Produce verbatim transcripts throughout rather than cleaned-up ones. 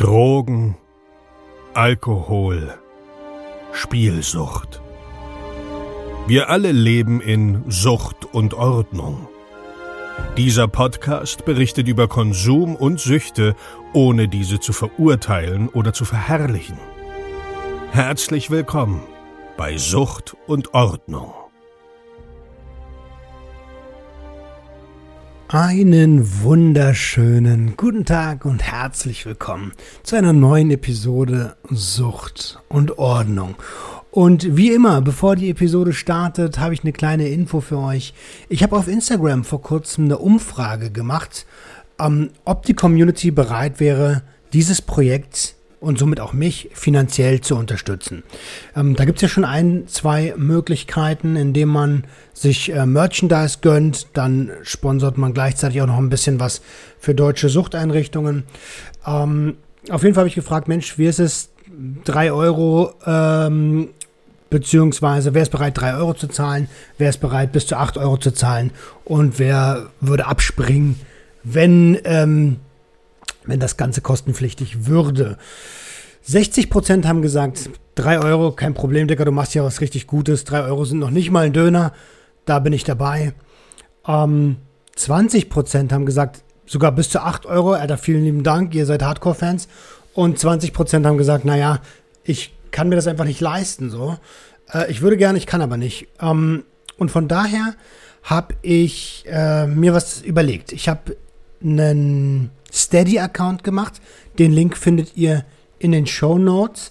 Drogen, Alkohol, Spielsucht. Wir alle leben in Sucht und Ordnung. Dieser Podcast berichtet über Konsum und Süchte, ohne diese zu verurteilen oder zu verherrlichen. Herzlich willkommen bei Sucht und Ordnung. Einen wunderschönen guten Tag und herzlich willkommen zu einer neuen Episode Sucht und Ordnung. Und wie immer, bevor die Episode startet, habe ich eine kleine Info für euch. Ich habe auf Instagram vor kurzem eine Umfrage gemacht, ähm, ob die Community bereit wäre, dieses Projekt und somit auch mich finanziell zu unterstützen. Ähm, da gibt es ja schon ein, zwei Möglichkeiten, indem man sich äh, Merchandise gönnt, dann sponsert man gleichzeitig auch noch ein bisschen was für deutsche Suchteinrichtungen. Ähm, auf jeden Fall habe ich gefragt, Mensch, wie ist es, drei Euro, ähm, beziehungsweise wer ist bereit, drei Euro zu zahlen, wer ist bereit, bis zu acht Euro zu zahlen und wer würde abspringen, wenn, ähm, wenn das Ganze kostenpflichtig würde. sechzig Prozent haben gesagt, drei Euro, kein Problem, Digga, du machst ja was richtig Gutes. drei Euro sind noch nicht mal ein Döner, da bin ich dabei. Ähm, zwanzig Prozent haben gesagt, sogar bis zu acht Euro. Alter, vielen lieben Dank, ihr seid Hardcore-Fans. Und zwanzig Prozent haben gesagt, naja, ich kann mir das einfach nicht leisten. So. Äh, ich würde gerne, ich kann aber nicht. Ähm, und von daher habe ich äh, mir was überlegt. Ich habe einen Steady-Account gemacht. Den Link findet ihr in den Shownotes.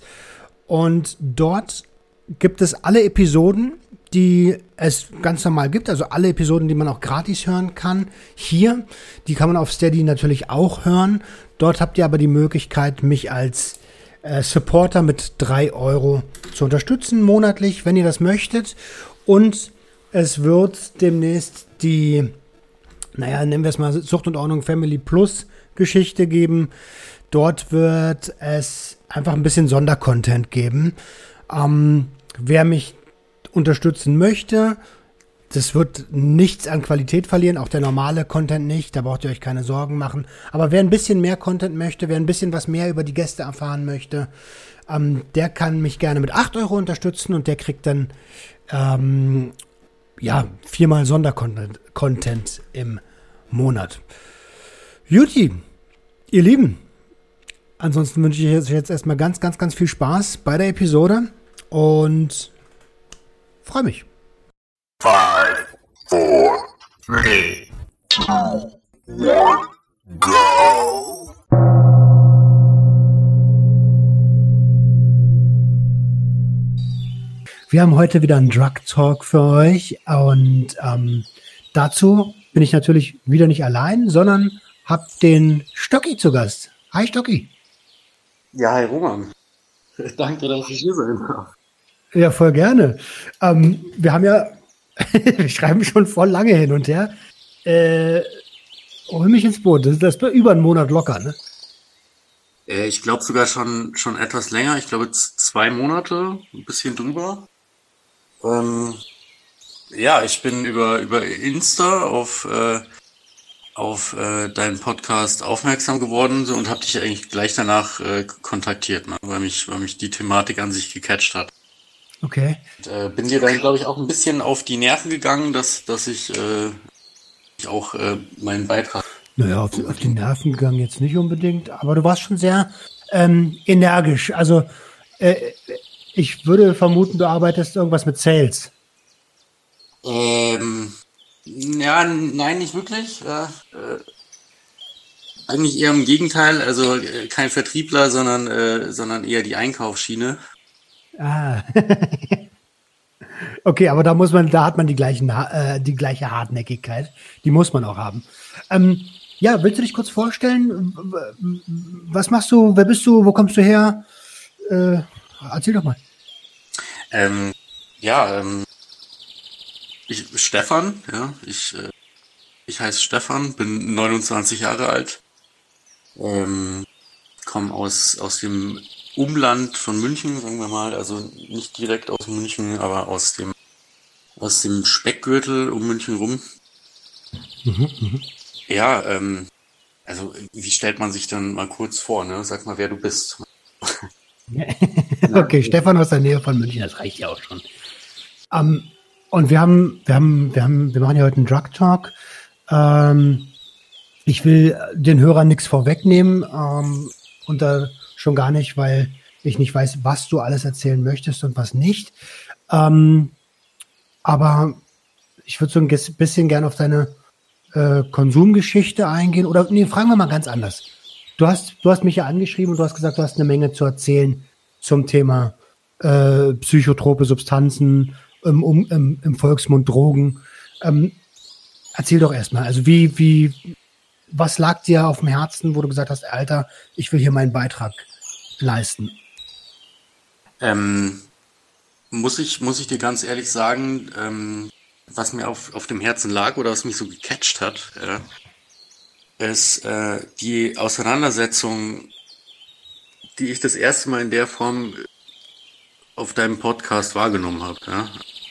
Und dort gibt es alle Episoden, die es ganz normal gibt. Also alle Episoden, die man auch gratis hören kann. Hier, die kann man auf Steady natürlich auch hören. Dort habt ihr aber die Möglichkeit, mich als äh, Supporter mit drei Euro zu unterstützen, monatlich, wenn ihr das möchtet. Und es wird demnächst die, naja, nennen wir es mal Sucht und Ordnung Family Plus Geschichte geben. Dort wird es einfach ein bisschen Sondercontent geben. Ähm, wer mich unterstützen möchte, das wird nichts an Qualität verlieren, auch der normale Content nicht, da braucht ihr euch keine Sorgen machen. Aber wer ein bisschen mehr Content möchte, wer ein bisschen was mehr über die Gäste erfahren möchte, ähm, der kann mich gerne mit acht Euro unterstützen und der kriegt dann ähm, ja, viermal Sondercontent Content im Monat. Juti, ihr Lieben, ansonsten wünsche ich euch jetzt erstmal ganz, ganz, ganz viel Spaß bei der Episode und freue mich. Five, four, three, two, one, go! Wir haben heute wieder einen Drug Talk für euch und ähm, dazu bin ich natürlich wieder nicht allein, sondern habe den Stocki zu Gast. Hi Stocki. Ja, hi Roman. Danke, dass ich hier sein darf. Ja, voll gerne. Ähm, wir haben ja, wir schreiben schon voll lange hin und her. Äh, hol mich ins Boot. Das ist das über einen Monat locker, ne? Äh, ich glaube sogar schon, schon etwas länger. Ich glaube z- zwei Monate, ein bisschen drüber. Ähm, ja, ich bin über, über Insta auf, äh, auf äh, deinen Podcast aufmerksam geworden so, und habe dich eigentlich gleich danach äh, kontaktiert, ne, weil mich, weil mich die Thematik an sich gecatcht hat. Okay. Und, äh, bin dir dann, glaube ich, auch ein bisschen auf die Nerven gegangen, dass, dass ich, äh, ich auch äh, meinen Beitrag... Naja, auf, auf die Nerven gegangen jetzt nicht unbedingt, aber du warst schon sehr ähm, energisch. Also äh, ich würde vermuten, du arbeitest irgendwas mit Sales. Ähm, ja, nein, nicht wirklich. Äh, äh, eigentlich eher im Gegenteil, also äh, kein Vertriebler, sondern, äh, sondern eher die Einkaufsschiene. Ah. Okay, aber da muss man, da hat man die gleichen, äh, die gleiche Hartnäckigkeit. Die muss man auch haben. Ähm, ja, willst du dich kurz vorstellen? Was machst du? Wer bist du? Wo kommst du her? Äh, erzähl doch mal. Ähm, ja, ähm, ich, Stefan, ja, ich, äh, ich heiße Stefan, bin neunundzwanzig Jahre alt, ähm, komme aus, aus dem Umland von München, sagen wir mal, also nicht direkt aus München, aber aus dem, aus dem Speckgürtel um München rum. Mhm, mh. Ja, ähm, Also, wie stellt man sich dann mal kurz vor, ne? Sag mal, wer du bist. Okay, Stefan aus der Nähe von München, das reicht ja auch schon. Ähm, und wir haben, wir haben, wir haben, wir machen ja heute einen Drug Talk. Ähm, ich will den Hörern nichts vorwegnehmen, ähm, und da schon gar nicht, weil ich nicht weiß, was du alles erzählen möchtest und was nicht. Ähm, aber ich würde so ein bisschen gerne auf deine äh, Konsumgeschichte eingehen. Oder nee, fragen wir mal ganz anders. Du hast, du hast mich ja angeschrieben und du hast gesagt, du hast eine Menge zu erzählen zum Thema äh, psychotrope Substanzen, im, um, im, im Volksmund Drogen. Ähm, erzähl doch erstmal, also wie, wie, was lag dir auf dem Herzen, wo du gesagt hast, Alter, ich will hier meinen Beitrag leisten? Ähm, muss ich, muss ich dir ganz ehrlich sagen, ähm, was mir auf, auf dem Herzen lag oder was mich so gecatcht hat, äh, ist äh, die Auseinandersetzung, die ich das erste Mal in der Form auf deinem Podcast wahrgenommen habe. Ja?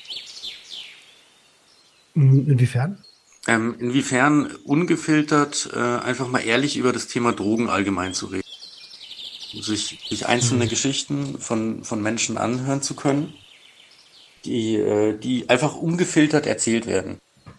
Inwiefern? Ähm, inwiefern ungefiltert äh, einfach mal ehrlich über das Thema Drogen allgemein zu reden. Sich, sich einzelne mhm. Geschichten von, von Menschen anhören zu können, die, äh, die einfach ungefiltert erzählt werden.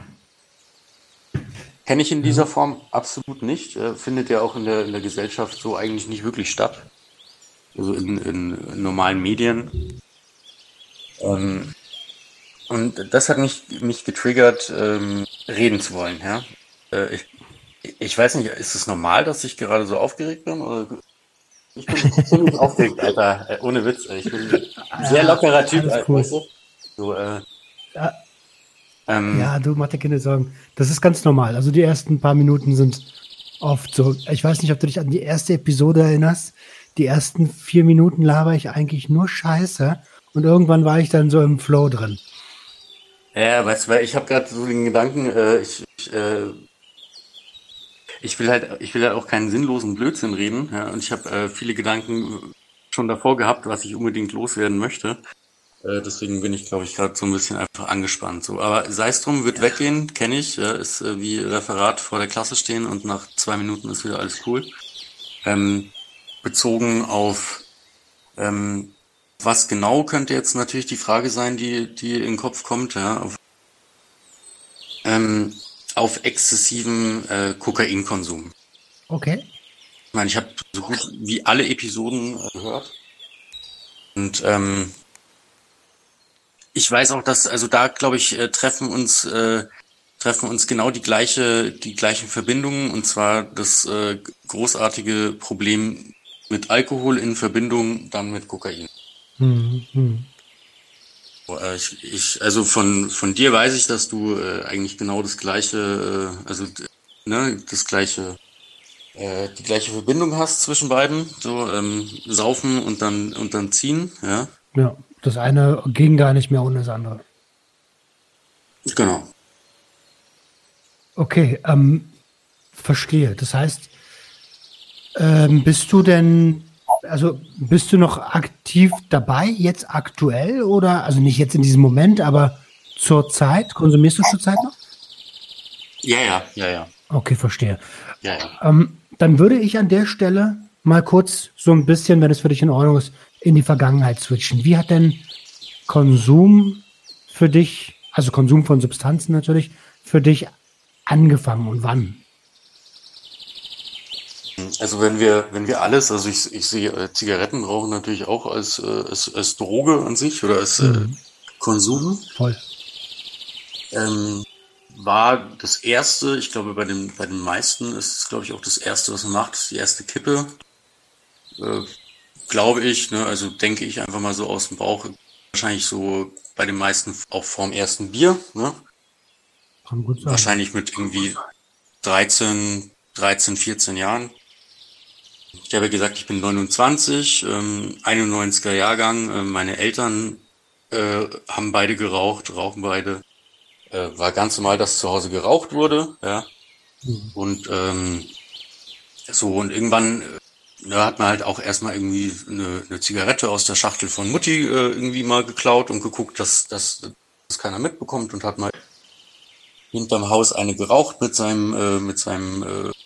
Kenne ich in dieser Form absolut nicht. Äh, findet ja auch in der, in der Gesellschaft so eigentlich nicht wirklich statt. Also in, in, in normalen Medien. Ähm, und das hat mich, mich getriggert, ähm, reden zu wollen. Ja? Äh, ich, ich weiß nicht, ist es normal, dass ich gerade so aufgeregt bin? Oder? Ich bin ziemlich aufgeregt, Alter. Äh, ohne Witz. Ich bin ein sehr lockerer Typ, Alter. Cool. Weißt du? So, äh, ja. Ähm, ja, du mach dir keine Sorgen. Das ist ganz normal. Also die ersten paar Minuten sind oft so. Ich weiß nicht, ob du dich an die erste Episode erinnerst. Die ersten vier Minuten laber ich eigentlich nur Scheiße und irgendwann war ich dann so im Flow drin. Ja, weißt du, weil ich habe gerade so den Gedanken, äh, ich, ich, äh, ich will halt, ich will halt auch keinen sinnlosen Blödsinn reden. Ja, und ich habe äh, viele Gedanken schon davor gehabt, was ich unbedingt loswerden möchte. Deswegen bin ich, glaube ich, gerade so ein bisschen einfach angespannt. So, aber sei es drum, wird weggehen, kenne ich. Ja, ist äh, wie Referat vor der Klasse stehen und nach zwei Minuten ist wieder alles cool. Ähm, bezogen auf ähm, was genau könnte jetzt natürlich die Frage sein, die die in den Kopf kommt. Ja, auf, ähm, auf exzessiven äh, Kokainkonsum. Okay. Ich meine, ich habe so gut wie alle Episoden äh, gehört und ähm, ich weiß auch, dass, also da, glaube ich, äh, treffen uns äh, treffen uns genau die gleiche, die gleichen Verbindungen, und zwar das äh, großartige Problem mit Alkohol in Verbindung dann mit Kokain. Mhm. Äh, ich, ich, also von von dir weiß ich, dass du äh, eigentlich genau das gleiche, äh, also ne, das gleiche, äh, die gleiche Verbindung hast zwischen beiden, so ähm, saufen und dann und dann ziehen, ja. Ja. Das eine ging gar nicht mehr ohne das andere. Genau. Okay, ähm, verstehe. Das heißt, ähm, bist du denn, also bist du noch aktiv dabei, jetzt aktuell oder, also nicht jetzt in diesem Moment, aber zur Zeit? Konsumierst du zur Zeit noch? Ja, ja, ja, ja. Okay, verstehe. Ja, ja. Ähm, dann würde ich an der Stelle mal kurz so ein bisschen, wenn es für dich in Ordnung ist, in die Vergangenheit switchen. Wie hat denn Konsum für dich, also Konsum von Substanzen natürlich, für dich angefangen und wann? Also wenn wir, wenn wir alles, also ich, ich sehe äh, Zigaretten rauchen natürlich auch als, äh, als, als Droge an sich oder als äh, Mhm. Konsum. Voll. Ähm, war das erste, ich glaube bei den, bei den meisten ist es, glaube ich, auch das erste, was man macht, ist die erste Kippe. Äh, glaube ich, ne, also denke ich einfach mal so aus dem Bauch, wahrscheinlich so bei den meisten auch vorm ersten Bier, ne? Kann gut sein. Wahrscheinlich mit irgendwie dreizehn, dreizehn, vierzehn Jahren. Ich habe ja gesagt, ich bin neunundzwanzig, ähm, einundneunziger Jahrgang. Äh, meine Eltern äh, haben beide geraucht, rauchen beide. Äh, war ganz normal, dass zu Hause geraucht wurde, ja. Mhm. Und ähm, so, und irgendwann äh, da hat man halt auch erstmal irgendwie eine, eine Zigarette aus der Schachtel von Mutti äh, irgendwie mal geklaut und geguckt, dass, dass das keiner mitbekommt, und hat mal hinterm Haus eine geraucht mit seinem äh, mit seinem äh,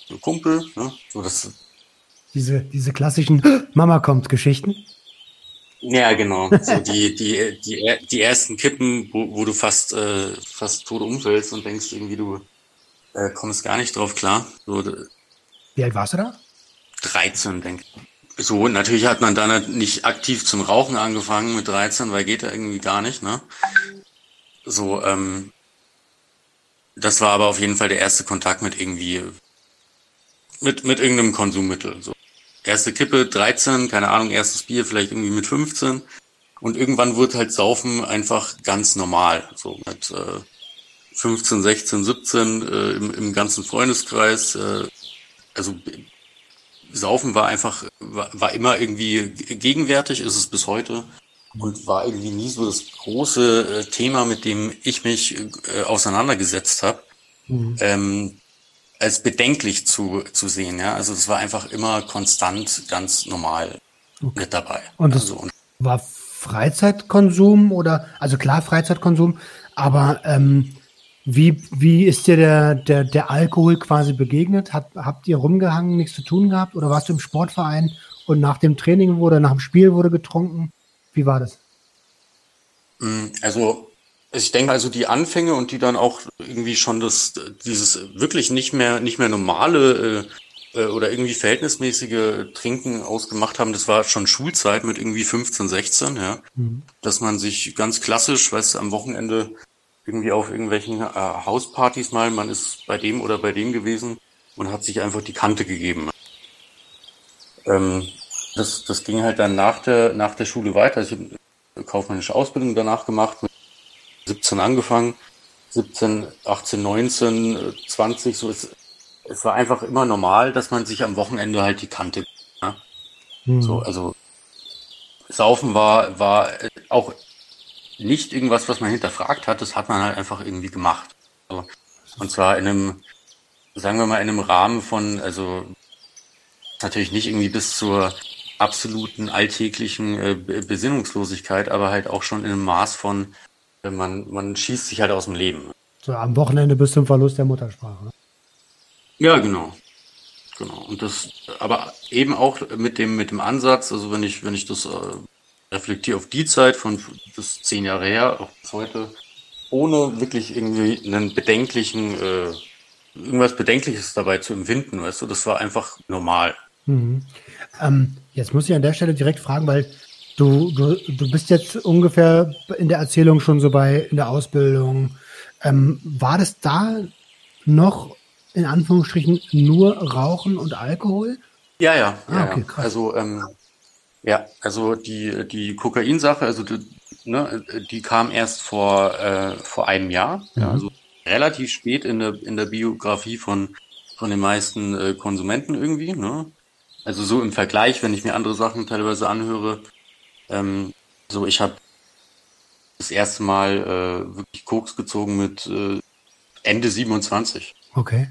Kumpel, ne? So, das, Diese, diese klassischen Mama kommt Geschichten. ja, genau. So die, die, die, die ersten Kippen, wo, wo du fast, äh, fast tot umfällst und denkst irgendwie, du äh, kommst gar nicht drauf klar. So, Wie alt warst du da? dreizehn, denke ich. So, natürlich hat man dann nicht aktiv zum Rauchen angefangen mit dreizehn, weil geht ja irgendwie gar nicht, ne? So, ähm, das war aber auf jeden Fall der erste Kontakt mit irgendwie, mit, mit irgendeinem Konsummittel, so. Erste Kippe, dreizehn, keine Ahnung, erstes Bier vielleicht irgendwie mit fünfzehn. Und irgendwann wurde halt Saufen einfach ganz normal. So mit äh, fünfzehn, sechzehn, siebzehn äh, im, im ganzen Freundeskreis. Äh, also Saufen war einfach, war, war immer irgendwie gegenwärtig, ist es bis heute. Und war irgendwie nie so das große äh, Thema, mit dem ich mich äh, auseinandergesetzt habe. Mhm. Ähm, als bedenklich zu zu sehen, ja. Also es war einfach immer konstant ganz normal okay. mit dabei. Und das also, und war Freizeitkonsum oder, also klar Freizeitkonsum, aber ähm, wie wie ist dir der der der Alkohol quasi begegnet? Hat, habt ihr rumgehangen, nichts zu tun gehabt oder warst du im Sportverein und nach dem Training wurde, nach dem Spiel wurde getrunken? Wie war das? Also ich denke also die Anfänge und die dann auch irgendwie schon das dieses wirklich nicht mehr nicht mehr normale äh, oder irgendwie verhältnismäßige Trinken ausgemacht haben, das war schon Schulzeit mit irgendwie fünfzehn, sechzehn, ja, mhm. dass man sich ganz klassisch, weißt du, am Wochenende irgendwie auf irgendwelchen äh, Hauspartys mal, man ist bei dem oder bei dem gewesen und hat sich einfach die Kante gegeben. Ähm, das das ging halt dann nach der nach der Schule weiter. Ich habe eine kaufmännische Ausbildung danach gemacht. siebzehn angefangen, siebzehn, achtzehn, neunzehn, zwanzig, so ist, es war einfach immer normal, dass man sich am Wochenende halt die Kante, ja? Mhm. So, also, Saufen war, war auch nicht irgendwas, was man hinterfragt hat, das hat man halt einfach irgendwie gemacht. So, und zwar in einem, sagen wir mal, in einem Rahmen von, also, natürlich nicht irgendwie bis zur absoluten alltäglichen äh, Besinnungslosigkeit, aber halt auch schon in einem Maß von, Man, man schießt sich halt aus dem Leben. So am Wochenende bis zum Verlust der Muttersprache. Ja, genau. Genau. Und das, aber eben auch mit dem, mit dem Ansatz, also wenn ich, wenn ich das äh, reflektiere auf die Zeit von, das zehn Jahre her, auch bis heute, ohne wirklich irgendwie einen bedenklichen, äh, irgendwas Bedenkliches dabei zu empfinden, weißt du, das war einfach normal. Mhm. Ähm, jetzt muss ich an der Stelle direkt fragen, weil Du, du, du bist jetzt ungefähr in der Erzählung schon so bei in der Ausbildung. Ähm, war das da noch in Anführungsstrichen nur Rauchen und Alkohol? Ja, ja. Ah, ja, okay, ja. krass. Also ähm, ja, also die die Kokainsache, also die, ne, die kam erst vor äh, vor einem Jahr, mhm. ja, also relativ spät in der in der Biografie von von den meisten äh, Konsumenten irgendwie, ne? Also so im Vergleich, wenn ich mir andere Sachen teilweise anhöre. Ähm, so, ich habe das erste Mal äh, wirklich Koks gezogen mit äh, Ende siebenundzwanzig. Okay.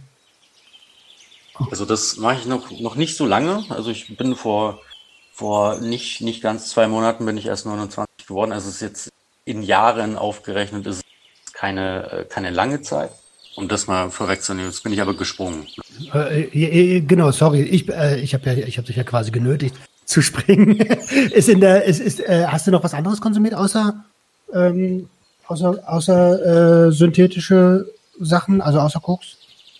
Oh. Also das mache ich noch noch nicht so lange. Also ich bin vor vor nicht nicht ganz zwei Monaten bin ich erst neunundzwanzig geworden. Also es ist jetzt in Jahren aufgerechnet, ist keine keine lange Zeit. Um das mal vorwegzunehmen, jetzt bin ich aber gesprungen. Äh, äh, genau, sorry, ich äh, ich habe ja ich habe dich ja quasi genötigt zu springen. ist in der ist, ist äh, hast du noch was anderes konsumiert außer ähm, außer außer äh, synthetische Sachen, also außer Koks?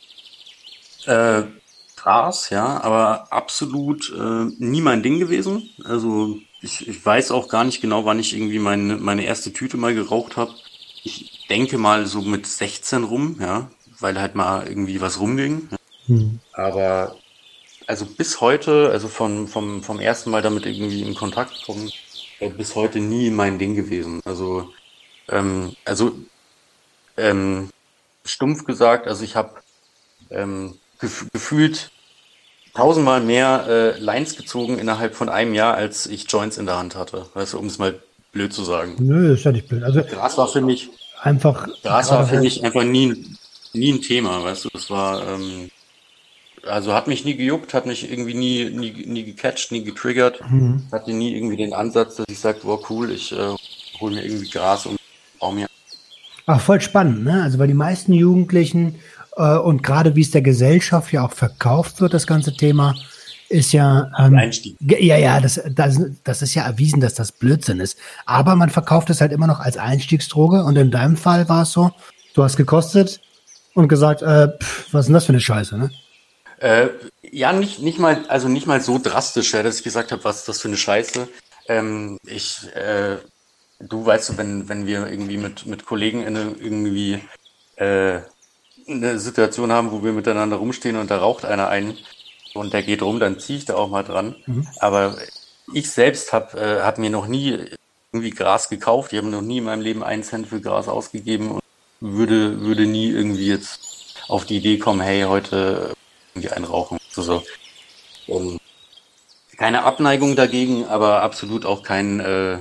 Äh, Gras, ja, aber absolut äh, nie mein Ding gewesen. Also ich, ich weiß auch gar nicht genau, wann ich irgendwie meine meine erste Tüte mal geraucht habe. Ich denke mal so mit sechzehn rum, ja, weil halt mal irgendwie was rumging. Hm. Aber also bis heute, also vom, vom, vom ersten Mal damit irgendwie in Kontakt kommen, äh, bis heute nie mein Ding gewesen. Also, ähm, also ähm, stumpf gesagt, also ich habe ähm, gef- gefühlt tausendmal mehr äh, Lines gezogen innerhalb von einem Jahr, als ich Joints in der Hand hatte. Weißt du, um es mal blöd zu sagen. Nö, ist ja nicht blöd. Also Gras war für mich einfach. Gras war für mich einfach nie, nie ein Thema, weißt du. Das war ähm, Also hat mich nie gejuckt, hat mich irgendwie nie nie nie gecatcht, nie getriggert. Mhm. Hatte nie irgendwie den Ansatz, dass ich sage, wow, cool, ich äh, hole mir irgendwie Gras und baue mir. Ach, voll spannend, ne? Also weil die meisten Jugendlichen Äh, und gerade wie es der Gesellschaft ja auch verkauft wird, das ganze Thema, ist ja, ähm, Einstieg. Ja, ja, das, das, das ist ja erwiesen, dass das Blödsinn ist. Aber man verkauft es halt immer noch als Einstiegsdroge. Und in deinem Fall war es so, du hast gekostet und gesagt, äh, pff, was ist denn das für eine Scheiße, ne? Äh, ja, nicht, nicht mal, also nicht mal so drastisch, ja, dass ich gesagt habe, was ist das für eine Scheiße. Ähm, ich, äh, du weißt du, wenn, wenn wir irgendwie mit, mit Kollegen in eine, irgendwie äh, eine Situation haben, wo wir miteinander rumstehen und da raucht einer ein und der geht rum, dann ziehe ich da auch mal dran. Mhm. Aber ich selbst habe äh, hab mir noch nie irgendwie Gras gekauft. Ich habe noch nie in meinem Leben einen Cent für Gras ausgegeben und würde, würde nie irgendwie jetzt auf die Idee kommen, hey, heute irgendwie einrauchen. So, so. Um, keine Abneigung dagegen, aber absolut auch kein, äh,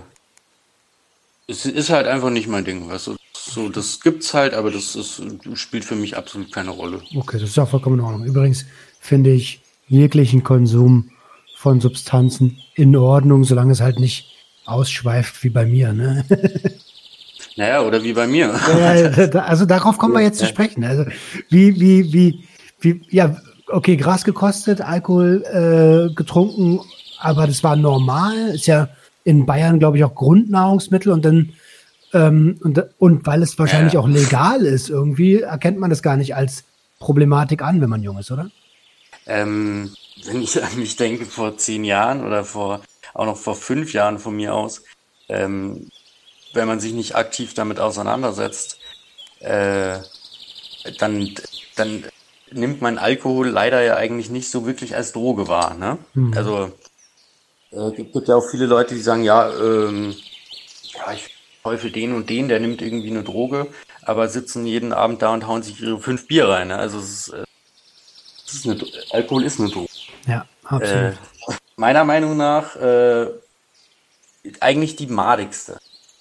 es ist halt einfach nicht mein Ding, weißt du. So, das gibt's halt, aber das ist, spielt für mich absolut keine Rolle. Okay, das ist auch vollkommen in Ordnung. Übrigens finde ich jeglichen Konsum von Substanzen in Ordnung, solange es halt nicht ausschweift wie bei mir, ne? Naja, oder wie bei mir. Ja, also darauf kommen wir jetzt zu sprechen. Also wie, wie, wie, wie, ja, okay, Gras gekostet, Alkohol äh, getrunken, aber das war normal. Ist ja in Bayern, glaube ich, auch Grundnahrungsmittel und dann ähm, und, und weil es wahrscheinlich ja. auch legal ist, irgendwie erkennt man das gar nicht als Problematik an, wenn man jung ist, oder? Ähm, wenn ich an mich denke, vor zehn Jahren oder vor auch noch vor fünf Jahren von mir aus, ähm, wenn man sich nicht aktiv damit auseinandersetzt, äh, dann, dann nimmt man Alkohol leider ja eigentlich nicht so wirklich als Droge wahr, ne? Mhm. Also äh, gibt ja auch viele Leute, die sagen, ja, ähm, ja, ich häufig den und den, der nimmt irgendwie eine Droge, aber sitzen jeden Abend da und hauen sich ihre fünf Bier rein, ne? Also es ist, äh, es ist eine, Alkohol ist eine Droge. Ja, absolut. Äh, meiner Meinung nach äh, eigentlich die madigste.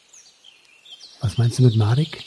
Was meinst du mit madig?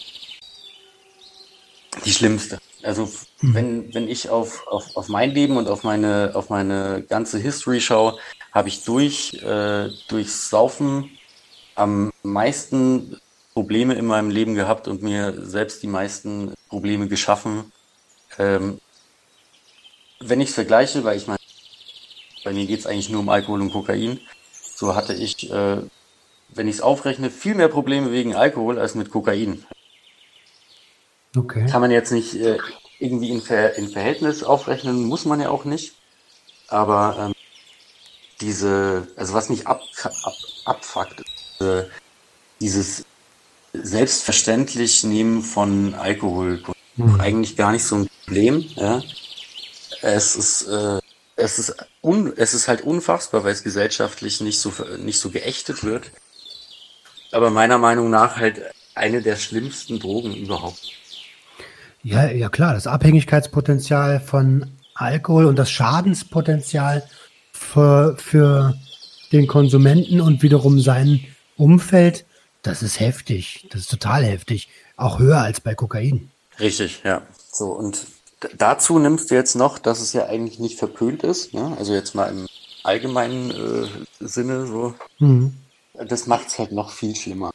Die schlimmste. Also hm. wenn wenn ich auf, auf, auf mein Leben und auf meine auf meine ganze History schaue, habe ich durch äh, durchs Saufen am meisten Probleme in meinem Leben gehabt und mir selbst die meisten Probleme geschaffen. Ähm, wenn ich es vergleiche, weil ich meine, bei mir geht es eigentlich nur um Alkohol und Kokain, so hatte ich, äh, wenn ich es aufrechne, viel mehr Probleme wegen Alkohol als mit Kokain. Okay. Kann man jetzt nicht äh, irgendwie in, Ver- in Verhältnis aufrechnen, muss man ja auch nicht. Aber ähm, diese, also was mich ab, ab, abfuckt, ist, äh, dieses selbstverständlich Nehmen von Alkohol. Mhm. Eigentlich gar nicht so ein Problem. Ja? Es ist, äh, es ist, un, es ist halt unfassbar, weil es gesellschaftlich nicht so, nicht so geächtet wird. Aber meiner Meinung nach halt eine der schlimmsten Drogen überhaupt. Ja, ja klar, das Abhängigkeitspotenzial von Alkohol und das Schadenspotenzial für, für den Konsumenten und wiederum sein Umfeld, das ist heftig, das ist total heftig, auch höher als bei Kokain. Richtig, ja. So, und d- dazu nimmst du jetzt noch, dass es ja eigentlich nicht verpönt ist, ne? Also jetzt mal im allgemeinen äh, Sinne so. Mhm. Das macht es halt noch viel schlimmer.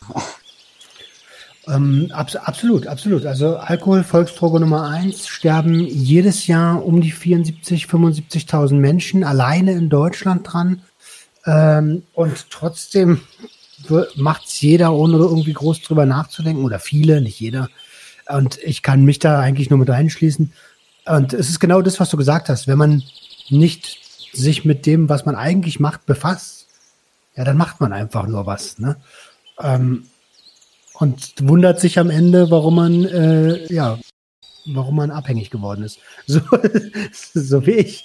Ähm, abs- absolut, absolut. Also Alkohol, Volksdroge Nummer eins, sterben jedes Jahr um die vierundsiebzig, fünfundsiebzigtausend Menschen alleine in Deutschland dran. Ähm, und trotzdem macht es jeder, ohne irgendwie groß drüber nachzudenken. Oder viele, nicht jeder. Und ich kann mich da eigentlich nur mit einschließen. Und es ist genau das, was du gesagt hast. Wenn man nicht sich mit dem, was man eigentlich macht, befasst, ja, dann macht man einfach nur was, ne? Ähm, und wundert sich am Ende, warum man, äh, ja, warum man abhängig geworden ist. So, so wie ich.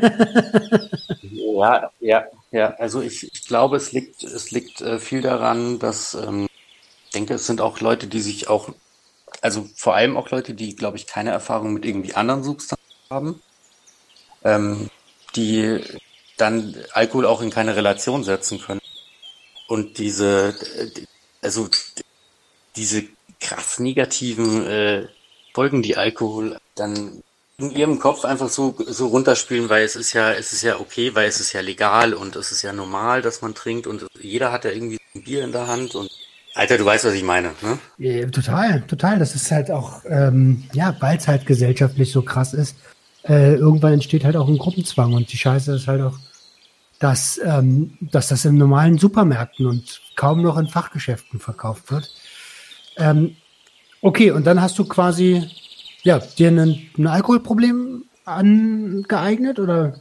Ja, ja, ja. Also ich, ich glaube, es liegt, es liegt äh, viel daran, dass ähm, ich denke, es sind auch Leute, die sich auch, also vor allem auch Leute, die, glaube ich, keine Erfahrung mit irgendwie anderen Substanzen haben, ähm, die dann Alkohol auch in keine Relation setzen können. Und diese, also diese krass negativen äh, Folgen, die Alkohol dann in ihrem Kopf einfach so so runterspielen, weil es ist ja es ist ja okay, weil es ist ja legal und es ist ja normal, dass man trinkt und jeder hat ja irgendwie ein Bier in der Hand und Alter, du weißt, was ich meine, ne? Ja, total, total. Das ist halt auch, ähm, ja, weil es halt gesellschaftlich so krass ist, äh, irgendwann entsteht halt auch ein Gruppenzwang. Und die Scheiße ist halt auch, dass, ähm, dass das in normalen Supermärkten und kaum noch in Fachgeschäften verkauft wird. Ähm, okay, und dann hast du quasi, ja, dir ein, ein Alkoholproblem angeeignet, oder?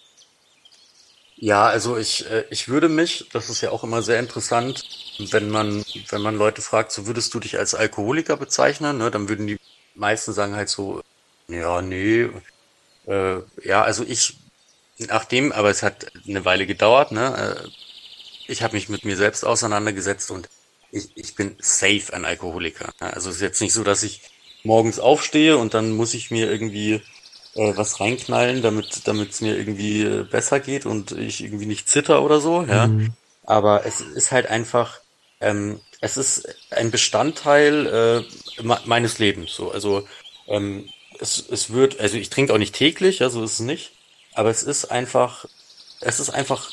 Ja, also ich, äh, ich würde mich, das ist ja auch immer sehr interessant, wenn man, wenn man Leute fragt, so würdest du dich als Alkoholiker bezeichnen, ne, dann würden die meisten sagen halt so, ja, nee, äh, ja, also ich, nachdem, aber es hat eine Weile gedauert, ne, äh, ich habe mich mit mir selbst auseinandergesetzt und ich, ich bin safe ein Alkoholiker. Ne? Also es ist jetzt nicht so, dass ich morgens aufstehe und dann muss ich mir irgendwie äh, was reinknallen, damit damit es mir irgendwie äh, besser geht und ich irgendwie nicht zitter oder so, ja. Mhm. Aber es ist halt einfach, ähm, es ist ein Bestandteil äh, me- meines Lebens. So, also ähm, es es wird, also ich trinke auch nicht täglich, ja, so ist es nicht. Aber es ist einfach, es ist einfach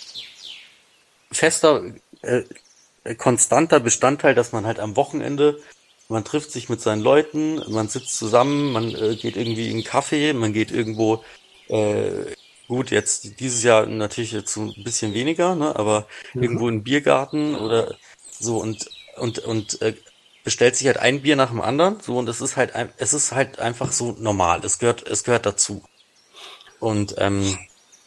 fester, äh, konstanter Bestandteil, dass man halt am Wochenende, man trifft sich mit seinen Leuten, man sitzt zusammen, man äh, geht irgendwie in einen Kaffee, man geht irgendwo, äh, gut, jetzt dieses Jahr natürlich jetzt so ein bisschen weniger, ne, aber irgendwo in einen Biergarten oder so und und und äh, bestellt sich halt ein Bier nach dem anderen, so, und es ist halt ein, es ist halt einfach so normal, es gehört es gehört dazu. Und ähm,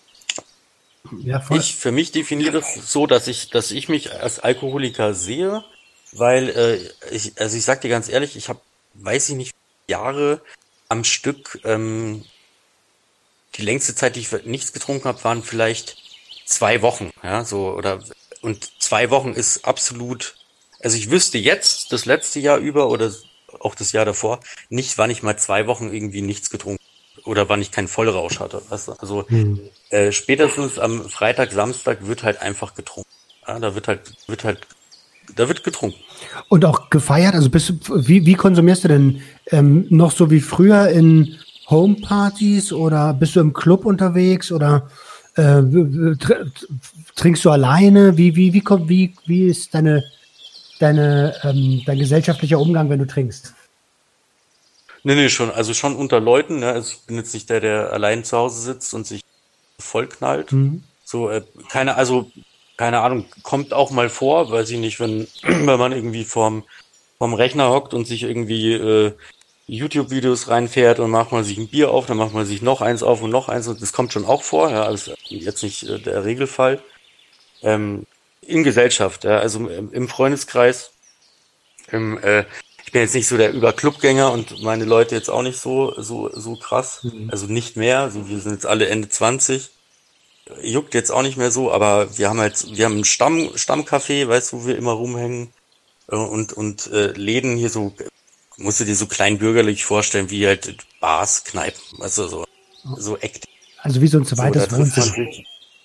Ja, voll. ich für mich definiere es so, dass ich, dass ich mich als Alkoholiker sehe, weil äh, ich, also ich sag dir ganz ehrlich, ich habe, weiß ich nicht, Jahre am Stück, ähm, die längste Zeit, die ich nichts getrunken habe, waren vielleicht zwei Wochen, ja, so, oder, und zwei Wochen ist absolut, also ich wüsste jetzt, das letzte Jahr über oder auch das Jahr davor, nicht, wann ich mal zwei Wochen irgendwie nichts getrunken habe oder wann ich keinen Vollrausch hatte, weißt du? Also Hm. äh, spätestens am Freitag, Samstag wird halt einfach getrunken. Ja, da wird halt, wird halt, da wird getrunken. Und auch gefeiert? Also bist du, wie, wie konsumierst du denn ähm, noch so wie früher in Homepartys oder bist du im Club unterwegs oder äh, tr- trinkst du alleine? Wie, wie, wie kommt, wie, wie ist deine, deine, ähm, dein gesellschaftlicher Umgang, wenn du trinkst? Nee, nee, schon, also schon unter Leuten, ne? Also ich bin jetzt nicht der, der allein zu Hause sitzt und sich vollknallt. Mhm. So, äh, keine, also, keine Ahnung, kommt auch mal vor, weiß ich nicht, wenn, wenn man irgendwie vorm, vorm Rechner hockt und sich irgendwie äh, YouTube-Videos reinfährt und macht man sich ein Bier auf, dann macht man sich noch eins auf und noch eins, und das kommt schon auch vor, ja, also jetzt nicht äh, der Regelfall. Ähm, in Gesellschaft, ja, also im, im Freundeskreis, im, äh, ich bin jetzt nicht so der Überclubgänger und meine Leute jetzt auch nicht so, so, so krass, also nicht mehr, also wir sind jetzt alle Ende zwanzig. Juckt jetzt auch nicht mehr so, aber wir haben halt, wir haben einen Stamm, Stammcafé, weißt du, wo wir immer rumhängen, äh, und, und, äh, Läden hier so, musst du dir so kleinbürgerlich vorstellen, wie halt Bars, Kneipen, weißt du, so, so Eck. Also wie so ein So, zweites da trifft man Wohnzimmer. sich.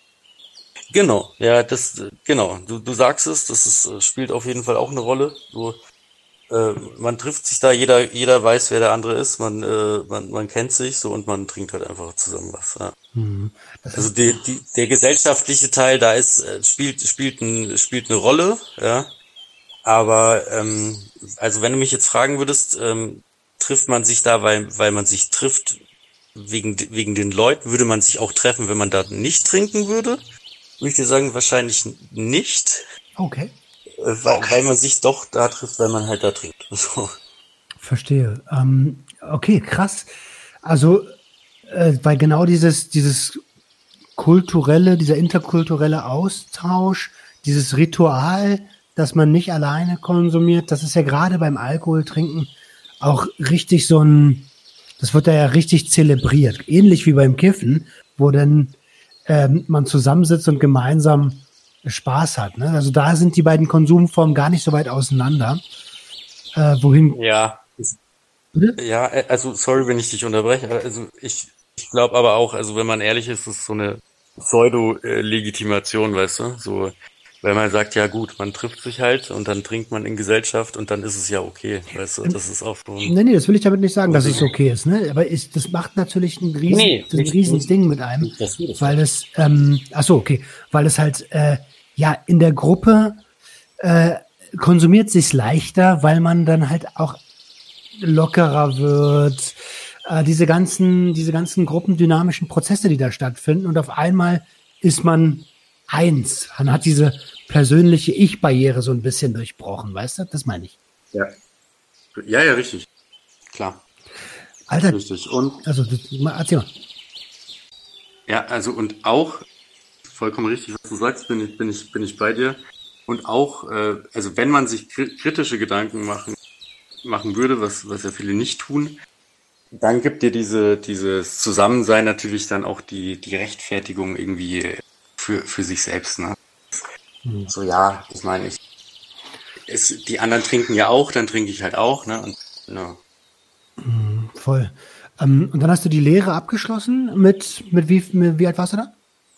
Genau, ja, das, äh, genau, du, du sagst es, das ist, äh, spielt auf jeden Fall auch eine Rolle, so, äh, man trifft sich da, jeder, jeder weiß, wer der andere ist, man, äh, man, man kennt sich so und man trinkt halt einfach zusammen was, ja. Mhm. Das Also ist, die, die, der gesellschaftliche Teil, da ist, äh, spielt, spielt, ein, spielt eine Rolle, ja. Aber ähm, also wenn du mich jetzt fragen würdest, ähm, trifft man sich da, weil, weil man sich trifft wegen, wegen den Leuten, würde man sich auch treffen, wenn man da nicht trinken würde? Würde ich dir sagen, wahrscheinlich nicht, okay, äh, weil, weil man sich doch da trifft, weil man halt da trinkt. So. verstehe. Ähm, okay, krass. Also, äh, weil genau dieses, dieses kulturelle, dieser interkulturelle Austausch, dieses Ritual, dass man nicht alleine konsumiert, das ist ja gerade beim Alkoholtrinken auch richtig so ein, das wird da ja richtig zelebriert. Ähnlich wie beim Kiffen, wo dann ähm, man zusammensitzt und gemeinsam Spaß hat. Ne? Also da sind die beiden Konsumformen gar nicht so weit auseinander. Äh, wohin, Ja. bitte? Ja, äh, also sorry, wenn ich dich unterbreche. Also ich, ich glaube aber auch, also wenn man ehrlich ist, ist es so eine Pseudo-Legitimation, weißt du? So, weil man sagt, ja gut, man trifft sich halt und dann trinkt man in Gesellschaft und dann ist es ja okay, weißt du? Das ist auch so ein... Nee, nee, das will ich damit nicht sagen, dass es okay ist. Ne? Aber ist, das macht natürlich ein riesen, Nee, das ist ein nicht- riesen nicht- Ding mit einem, nicht, dass du das weil es, ähm, ach so, okay, weil es halt, äh, ja, in der Gruppe äh, konsumiert sich's leichter, weil man dann halt auch lockerer wird. Äh, diese ganzen, diese ganzen gruppendynamischen Prozesse, die da stattfinden, und auf einmal ist man eins. Man hat diese persönliche Ich-Barriere so ein bisschen durchbrochen, weißt du? Das meine ich. Ja. Ja, ja, richtig. Klar. Alter, richtig. Und also erzähl mal. ja, also und auch vollkommen richtig, was du sagst, bin ich bin ich bin ich bei dir. Und auch, äh, also wenn man sich kri- kritische Gedanken machen machen würde, was was ja viele nicht tun, dann gibt dir diese dieses Zusammensein natürlich dann auch die die Rechtfertigung irgendwie für für sich selbst, ne? Hm. So, ja, ich meine, ich es, die anderen trinken ja auch, dann trinke ich halt auch, ne? Und, ja. Hm, voll. Ähm, und dann hast du die Lehre abgeschlossen mit, mit wie, mit wie alt warst du da?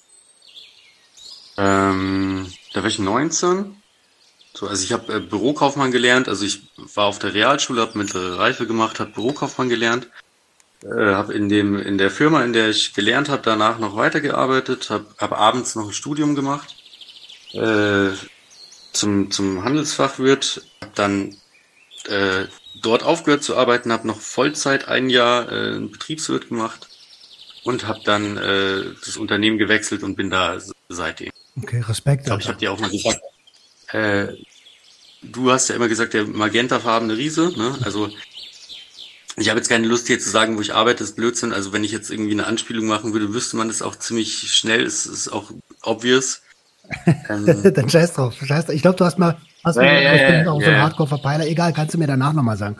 Ähm, da war ich neunzehn. So, also ich habe äh, Bürokaufmann gelernt, also ich war auf der Realschule, habe mittlere Reife gemacht, habe Bürokaufmann gelernt, äh, habe in dem in der Firma, in der ich gelernt habe, danach noch weitergearbeitet, habe hab abends noch ein Studium gemacht äh, zum zum Handelsfachwirt, habe dann äh, dort aufgehört zu arbeiten, habe noch Vollzeit ein Jahr äh, einen Betriebswirt gemacht und habe dann äh, das Unternehmen gewechselt und bin da s- seitdem. Okay, Respekt. Ich glaube, ich Alter. habe dir auch mal gesagt, äh, du hast ja immer gesagt, der magentafarbene Riese, ne? Also ich habe jetzt keine Lust hier zu sagen, wo ich arbeite, ist Blödsinn. Also wenn ich jetzt irgendwie eine Anspielung machen würde, wüsste man das auch ziemlich schnell, es ist auch obvious. Ähm, Dann scheiß drauf, scheiß drauf. Ich glaube, du hast mal, hast Ja, mal ja, ich bin ja, auch so ja, ein ja. Hardcore-Verpeiler. Egal, kannst du mir danach nochmal sagen.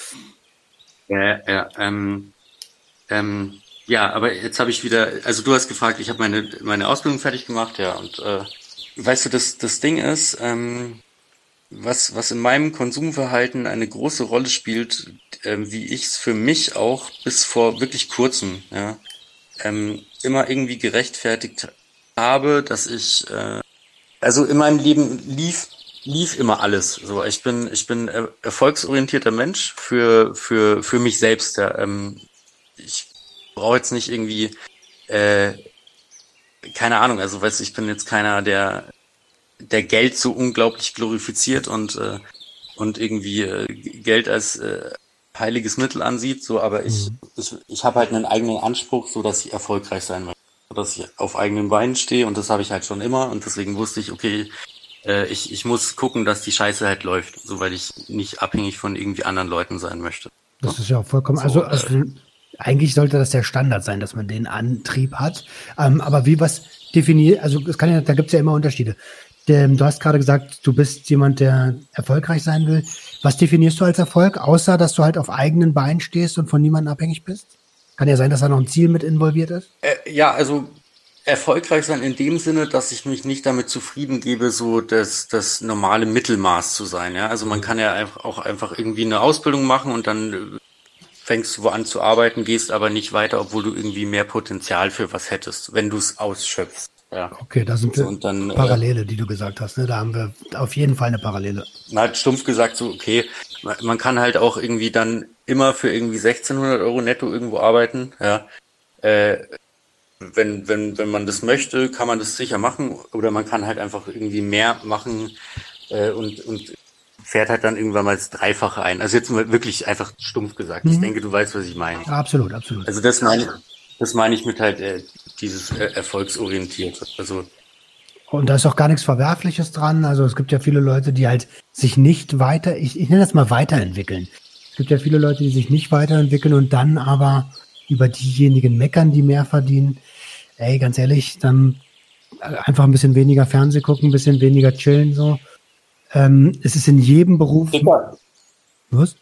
ja, ja, ähm, ähm, ja, aber jetzt habe ich wieder, also du hast gefragt, ich habe meine meine Ausbildung fertig gemacht, ja, und äh, weißt du, das das Ding ist, ähm, was was in meinem Konsumverhalten eine große Rolle spielt, ähm, wie ich es für mich auch bis vor wirklich kurzem, ja, ähm, immer irgendwie gerechtfertigt habe, dass ich, äh, also in meinem Leben lief lief immer alles. So, ich bin ich bin er- erfolgsorientierter Mensch für für für mich selbst. Ja, ähm, ich brauche jetzt nicht irgendwie, äh, keine Ahnung. Also, weißt du, ich bin jetzt keiner, der der Geld so unglaublich glorifiziert und äh, und irgendwie äh, Geld als äh, heiliges Mittel ansieht. So, aber ich ich ich habe halt einen eigenen Anspruch, so dass ich erfolgreich sein möchte, dass ich auf eigenen Beinen stehe, und das habe ich halt schon immer, und deswegen wusste ich, okay, äh, ich ich muss gucken, dass die Scheiße halt läuft, so, weil ich nicht abhängig von irgendwie anderen Leuten sein möchte. Das ist ja auch vollkommen, So, also, äh, also eigentlich sollte das der Standard sein, dass man den Antrieb hat. Ähm, aber wie was definiert, also es kann ja, da gibt es ja immer Unterschiede. Ähm, du hast gerade gesagt, du bist jemand, der erfolgreich sein will. Was definierst du als Erfolg, außer dass du halt auf eigenen Beinen stehst und von niemandem abhängig bist? Kann ja sein, dass da noch ein Ziel mit involviert ist. Äh, ja, also erfolgreich sein in dem Sinne, dass ich mich nicht damit zufrieden gebe, so das, das normale Mittelmaß zu sein. Ja, also man kann ja einfach auch einfach irgendwie eine Ausbildung machen und dann äh, fängst du wo an zu arbeiten, gehst aber nicht weiter, obwohl du irgendwie mehr Potenzial für was hättest, wenn du es ausschöpfst. Ja. Okay, da sind So, wir und dann, äh, Parallele, die du gesagt hast. Ne? Da haben wir auf jeden Fall eine Parallele. man hat stumpf gesagt, so, okay, man man kann halt auch irgendwie dann immer für irgendwie sechzehnhundert Euro netto irgendwo arbeiten, ja. Äh, wenn, wenn, wenn man das möchte, kann man das sicher machen, oder man kann halt einfach irgendwie mehr machen, äh, und, und fährt halt dann irgendwann mal das Dreifache ein. Also jetzt mal wirklich einfach stumpf gesagt. Ich denke, du weißt, was ich meine. Absolut, absolut. Also das meine ich, das meine ich mit halt, äh, dieses äh, erfolgsorientierte. Also, Und da ist auch gar nichts Verwerfliches dran. Also es gibt ja viele Leute, die halt sich nicht weiter, ich, ich nenne das mal weiterentwickeln. Es gibt ja viele Leute, die sich nicht weiterentwickeln und dann aber über diejenigen meckern, die mehr verdienen. Ey, ganz ehrlich, dann einfach ein bisschen weniger Fernseh gucken, ein bisschen weniger chillen, so. Ähm, es ist in jedem Beruf. Was?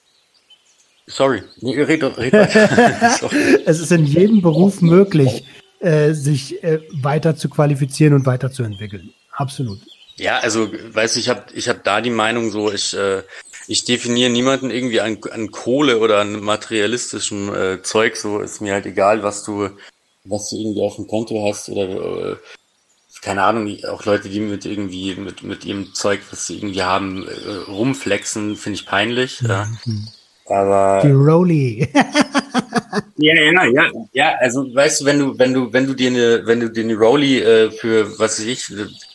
sorry, nee, red, doch- red weiter. Sorry. Es ist in jedem Beruf möglich, äh, sich äh, weiter zu qualifizieren und weiterzuentwickeln. Absolut. Ja, also, weißt du, ich habe ich hab da die Meinung so, ich äh, ich definiere niemanden irgendwie an, an Kohle oder an materialistischem äh, Zeug, so ist mir halt egal, was du was du irgendwie auf dem Konto hast, oder äh, keine Ahnung, auch Leute, die mit irgendwie mit mit ihrem Zeug, was sie irgendwie haben, äh, rumflexen, finde ich peinlich, ja. Aber Die Rolli. ja, ja, ja, ja, also weißt du, wenn du, wenn du, wenn du dir eine, wenn du dir eine Rolli äh, für, was weiß ich,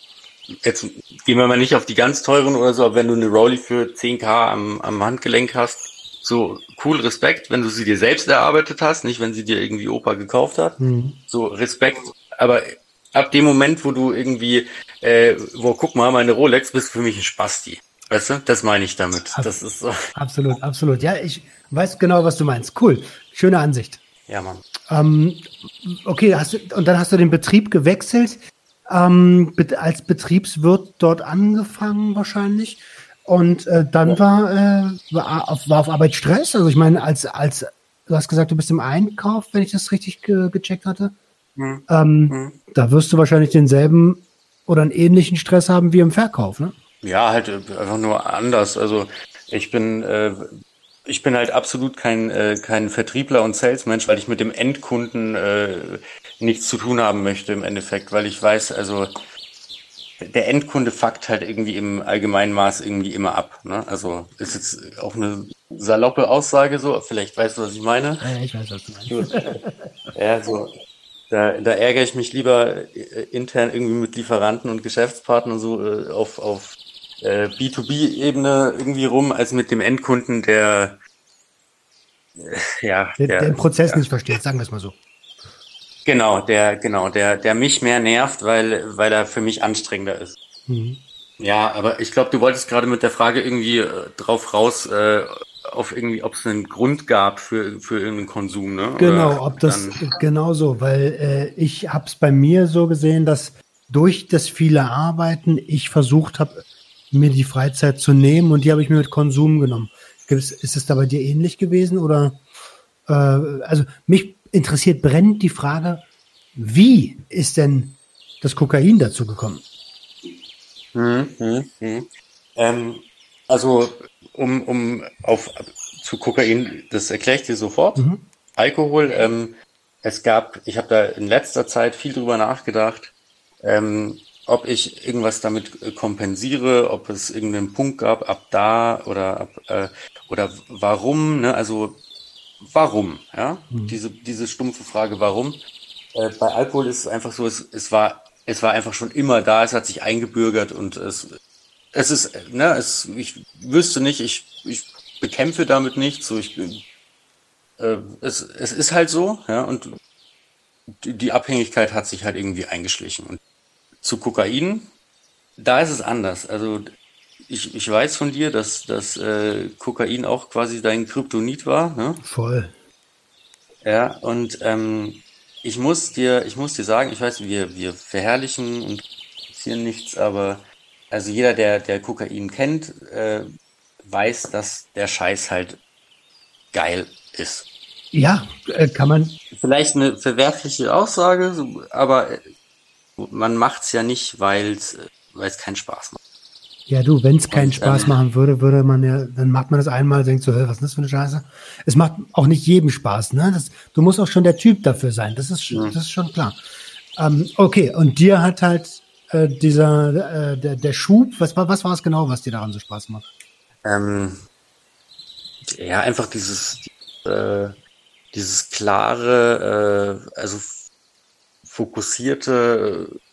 jetzt gehen wir mal nicht auf die ganz teuren oder so, aber wenn du eine Rolli für zehn K am, am Handgelenk hast, so cool, Respekt, wenn du sie dir selbst erarbeitet hast, nicht wenn sie dir irgendwie Opa gekauft hat, mhm. so Respekt, aber ab dem Moment, wo du irgendwie, äh, wo guck mal, meine Rolex, bist für mich ein Spasti. Weißt du, das meine ich damit. Das ist so. Absolut, absolut. Ja, ich weiß genau, was du meinst. Cool, schöne Ansicht. Ja, Mann. Ähm, okay, hast du, und dann hast du den Betrieb gewechselt, ähm, als Betriebswirt dort angefangen wahrscheinlich. Und äh, dann ja. war, äh, war, auf, war auf Arbeit Stress. Also ich meine, als, als du hast gesagt, du bist im Einkauf, wenn ich das richtig ge- gecheckt hatte. Mhm. Ähm, mhm. Da wirst du wahrscheinlich denselben oder einen ähnlichen Stress haben wie im Verkauf, ne? Ja, halt einfach nur anders. Also ich bin äh, ich bin halt absolut kein äh, kein Vertriebler und Salesmensch, weil ich mit dem Endkunden äh, nichts zu tun haben möchte im Endeffekt, weil ich weiß, also der Endkunde fuckt halt irgendwie im allgemeinen Maß irgendwie immer ab. Ne? Also ist jetzt auch eine saloppe Aussage so, vielleicht weißt du, was ich meine. Ja, ich weiß, was du meinst. Ja, so. Da, da ärgere ich mich lieber äh, intern irgendwie mit Lieferanten und Geschäftspartnern so äh, auf, auf äh, B zwei B-Ebene irgendwie rum, als mit dem Endkunden, der äh, ja der, der, der den Prozess ja, nicht versteht, sagen wir es mal so. Genau, der genau der der mich mehr nervt, weil weil er für mich anstrengender ist. Mhm. Ja, aber ich glaube, du wolltest gerade mit der Frage irgendwie äh, drauf raus, äh, auf irgendwie, ob es einen Grund gab für für irgendeinen Konsum, ne? Genau, Oder ob das genau so, weil äh, ich habe es bei mir so gesehen, dass durch das viele Arbeiten ich versucht habe, mir die Freizeit zu nehmen und die habe ich mir mit Konsum genommen. Ist, ist es da bei dir ähnlich gewesen oder? Äh, also mich interessiert brennend die Frage, wie ist denn das Kokain dazu gekommen? Hm, hm, hm. Ähm, also um um auf zu Kokain, das erkläre ich dir sofort. Mhm. Alkohol, ähm, es gab, ich habe da in letzter Zeit viel drüber nachgedacht, ähm, ob ich irgendwas damit kompensiere, ob es irgendeinen Punkt gab, ab da oder ab, äh, oder warum, ne? Also warum, ja? Mhm. Diese diese stumpfe Frage, warum? Äh, bei Alkohol ist es einfach so, es es war es war einfach schon immer da, es hat sich eingebürgert und es es ist, ne, es ich wüsste nicht, ich ich bekämpfe damit nichts, so ich äh, es es ist halt so, ja, und die, die Abhängigkeit hat sich halt irgendwie eingeschlichen. Und zu Kokain, da ist es anders. Also ich ich weiß von dir, dass dass äh, Kokain auch quasi dein Kryptonit war, ne? Voll. Ja, und ähm, ich muss dir, ich muss dir sagen, ich weiß, wir, wir verherrlichen und hier nichts, aber also jeder, der, der Kokain kennt, äh, weiß, dass der Scheiß halt geil ist. Ja, äh, kann man. Vielleicht eine verwerfliche Aussage, so, aber man macht's ja nicht, weil es weil es keinen Spaß macht. Ja, du, wenn es keinen und, Spaß ähm, machen würde, würde man ja, dann macht man das einmal, denkt so, was ist das für eine Scheiße? Es macht auch nicht jedem Spaß, ne? Das, du musst auch schon der Typ dafür sein, das ist, mhm. das ist schon klar. Ähm, okay, und dir hat halt äh, dieser, äh, der, der Schub, was war, was war es genau, was dir daran so Spaß macht? Ähm, ja, einfach dieses, äh, dieses klare, äh, also fokussierte, äh,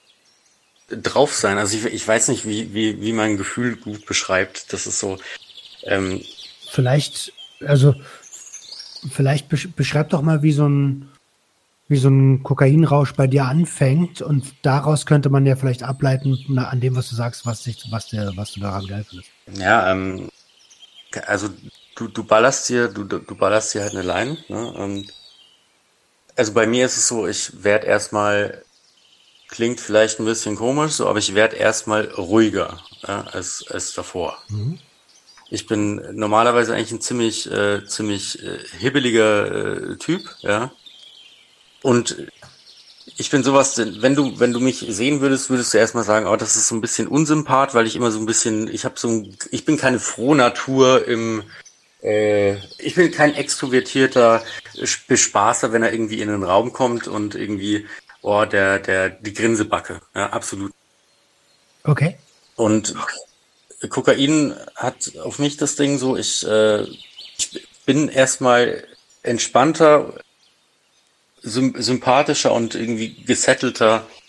drauf sein. Also ich, ich weiß nicht, wie, wie, wie mein Gefühl gut beschreibt. Das ist so. Ähm, vielleicht, also vielleicht beschreib doch mal, wie so ein wie so ein Kokainrausch bei dir anfängt und daraus könnte man ja vielleicht ableiten, na, an dem, was du sagst, was dich, was der, was du daran geil findest. Ja, ähm, also du, du ballerst dir, du, du ballerst dir halt eine Line, ne? Und also bei mir ist es so, ich werde erstmal, klingt vielleicht ein bisschen komisch, so, aber ich werde erstmal ruhiger, ja, als, als davor. Mhm. Ich bin normalerweise eigentlich ein ziemlich, äh, ziemlich äh, hibbeliger äh, Typ, ja. Und ich bin sowas, wenn du, wenn du mich sehen würdest, würdest du erstmal sagen, oh, das ist so ein bisschen unsympath, weil ich immer so ein bisschen, ich habe so ein, ich bin keine Frohnatur im, äh, ich bin kein extrovertierter Bespaßer, wenn er irgendwie in den Raum kommt und irgendwie, oh, der, der, die Grinsebacke, ja, absolut. Okay. Und Kokain hat auf mich das Ding so, ich, äh, ich bin erstmal entspannter, sympathischer und irgendwie gesettelter,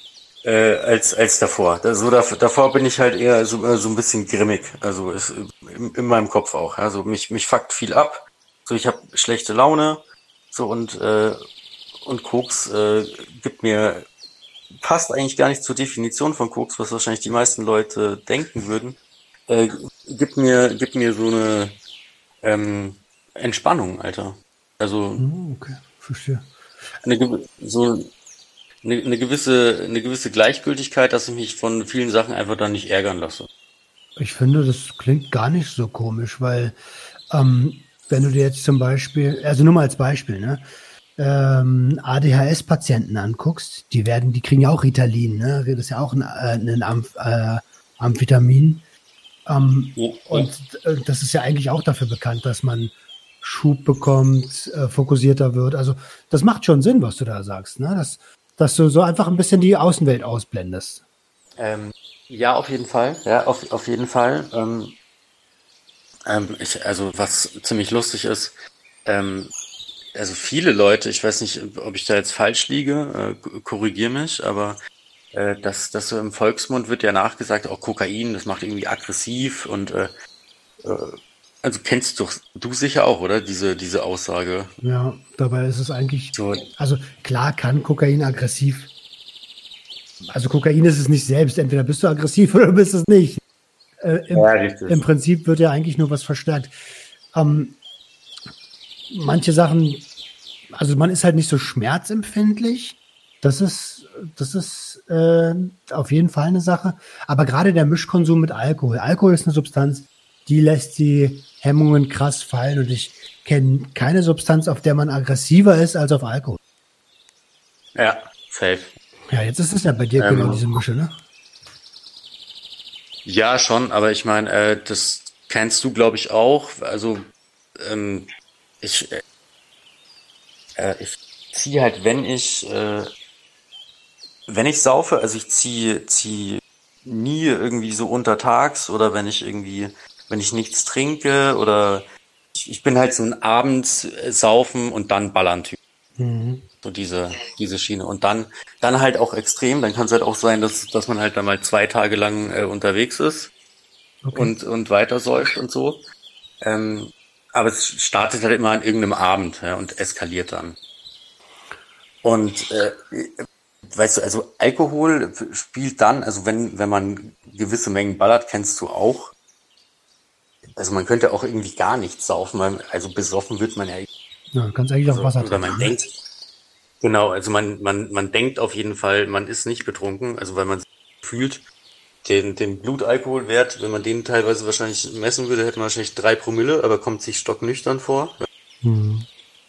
äh, als als davor. Da, so dav- davor bin ich halt eher so, äh, so ein bisschen grimmig. Also ist in, in meinem Kopf auch. Also mich mich fuckt viel ab. So ich habe schlechte Laune. So und äh, und Koks äh, gibt mir passt eigentlich gar nicht zur Definition von Koks, was wahrscheinlich die meisten Leute denken würden. Äh, gibt mir gibt mir so eine ähm, Entspannung, Alter. Also Hm, okay, verstehe. eine gew- so eine, eine gewisse eine gewisse Gleichgültigkeit, dass ich mich von vielen Sachen einfach dann nicht ärgern lasse. Ich finde, das klingt gar nicht so komisch, weil ähm, wenn du dir jetzt zum Beispiel, also nur mal als Beispiel, ne, ähm, A D H S-Patienten anguckst, die werden, die kriegen ja auch Ritalin, ne? Das ist ja auch ein, äh, ein Amph, äh, Amphetamin. Ähm, Ja, ja. und äh, das ist ja eigentlich auch dafür bekannt, dass man Schub bekommt, äh, fokussierter wird. Also das macht schon Sinn, was du da sagst, ne? Dass, dass du so einfach ein bisschen die Außenwelt ausblendest. Ähm, ja, auf jeden Fall. Ja, auf, auf jeden Fall. Ähm, ähm, ich, also was ziemlich lustig ist, ähm, also viele Leute, ich weiß nicht, ob ich da jetzt falsch liege, äh, korrigier mich, aber äh, das, das so im Volksmund wird ja nachgesagt, auch Kokain, das macht irgendwie aggressiv und äh, äh, also kennst du du sicher auch, oder? Diese, diese Aussage. Ja, dabei ist es eigentlich, So, also klar kann Kokain aggressiv, also Kokain ist es nicht selbst, entweder bist du aggressiv oder du bist es nicht. Äh, im, ja, richtig. Im Prinzip wird ja eigentlich nur was verstärkt. Ähm, manche Sachen, also man ist halt nicht so schmerzempfindlich. Das ist, das ist äh, auf jeden Fall eine Sache. Aber gerade der Mischkonsum mit Alkohol. Alkohol ist eine Substanz, die lässt die Hemmungen krass fallen. Und ich kenne keine Substanz, auf der man aggressiver ist als auf Alkohol. Ja, safe. Ja, jetzt ist es ja bei dir Ähm, genau diese Mische, ne? Ja, schon, aber ich meine, äh, das kennst du, glaube ich, auch. Also, ähm, ich, äh, äh, ich ziehe halt, wenn ich, äh, wenn ich saufe, also ich ziehe, ziehe nie irgendwie so untertags oder wenn ich irgendwie, wenn ich nichts trinke oder ich, ich bin halt so ein Abends äh, saufen und dann ballern Typ. Mhm. So diese, diese Schiene. Und dann, dann halt auch extrem. Dann kann es halt auch sein, dass, dass man halt dann mal zwei Tage lang äh, unterwegs ist Okay. und, und weiter säuft und so. Ähm, aber es startet halt immer an irgendeinem Abend, ja, und eskaliert dann. Und äh, weißt du, also Alkohol spielt dann, also wenn, wenn man gewisse Mengen ballert, kennst du auch. Also man könnte auch irgendwie gar nichts saufen, weil, also besoffen wird man ja, Ja, du kannst eigentlich auch also, Wasser oder man trinken. Ne? denkt, genau, also man, man, man denkt auf jeden Fall, man ist nicht betrunken, also weil man fühlt, den, den Blutalkoholwert, wenn man den teilweise wahrscheinlich messen würde, hätte man wahrscheinlich drei Promille, aber kommt sich stocknüchtern vor. Mhm.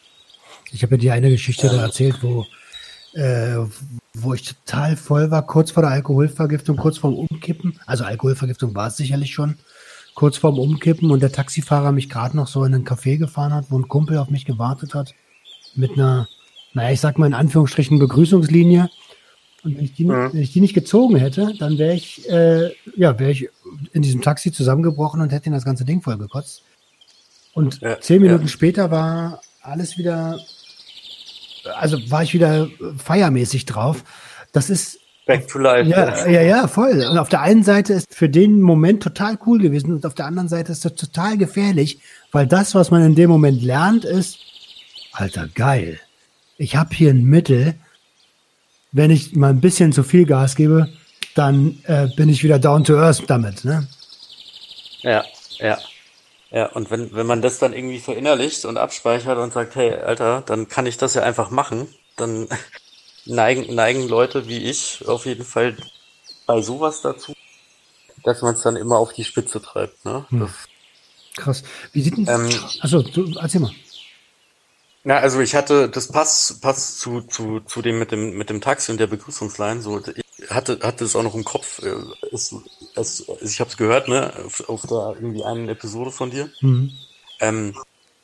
Ich habe ja dir eine Geschichte da Ähm, erzählt, wo, äh, wo ich total voll war, kurz vor der Alkoholvergiftung, kurz vorm Umkippen. Also Alkoholvergiftung war es sicherlich schon. Kurz vorm Umkippen und der Taxifahrer mich gerade noch so in ein Café gefahren hat, wo ein Kumpel auf mich gewartet hat. Mit einer, naja, ich sag mal in Anführungsstrichen Begrüßungslinie. Und wenn ich die, Mhm. wenn ich die nicht gezogen hätte, dann wäre ich, äh, ja, wäre ich in diesem Taxi zusammengebrochen und hätte ihn das ganze Ding vollgekotzt. Und Ja, zehn Minuten ja. später war alles wieder, also war ich wieder feiermäßig drauf. Das ist, Back to life. ja, ja, ja, voll. Und auf der einen Seite ist für den Moment total cool gewesen und auf der anderen Seite ist das total gefährlich, weil das, was man in dem Moment lernt, ist, Alter, geil. Ich habe hier ein Mittel, wenn ich mal ein bisschen zu viel Gas gebe, dann äh, bin ich wieder down to earth damit, ne? Ja, ja. Ja, und wenn, wenn man das dann irgendwie verinnerlicht und abspeichert und sagt, hey, Alter, dann kann ich das ja einfach machen, dann neigen, neigen Leute wie ich auf jeden Fall bei sowas dazu, dass man es dann immer auf die Spitze treibt, ne? Hm. Das, Krass. Wie sieht denn, ähm, achso, du, erzähl mal. na, also ich hatte, das passt, passt zu, zu, zu dem mit dem, mit dem Taxi und der Begrüßungsline, so, ich hatte, hatte es auch noch im Kopf, äh, ist, es, ich habe es gehört, ne, auf, auf der irgendwie einen Episode von dir. Mhm. Ähm,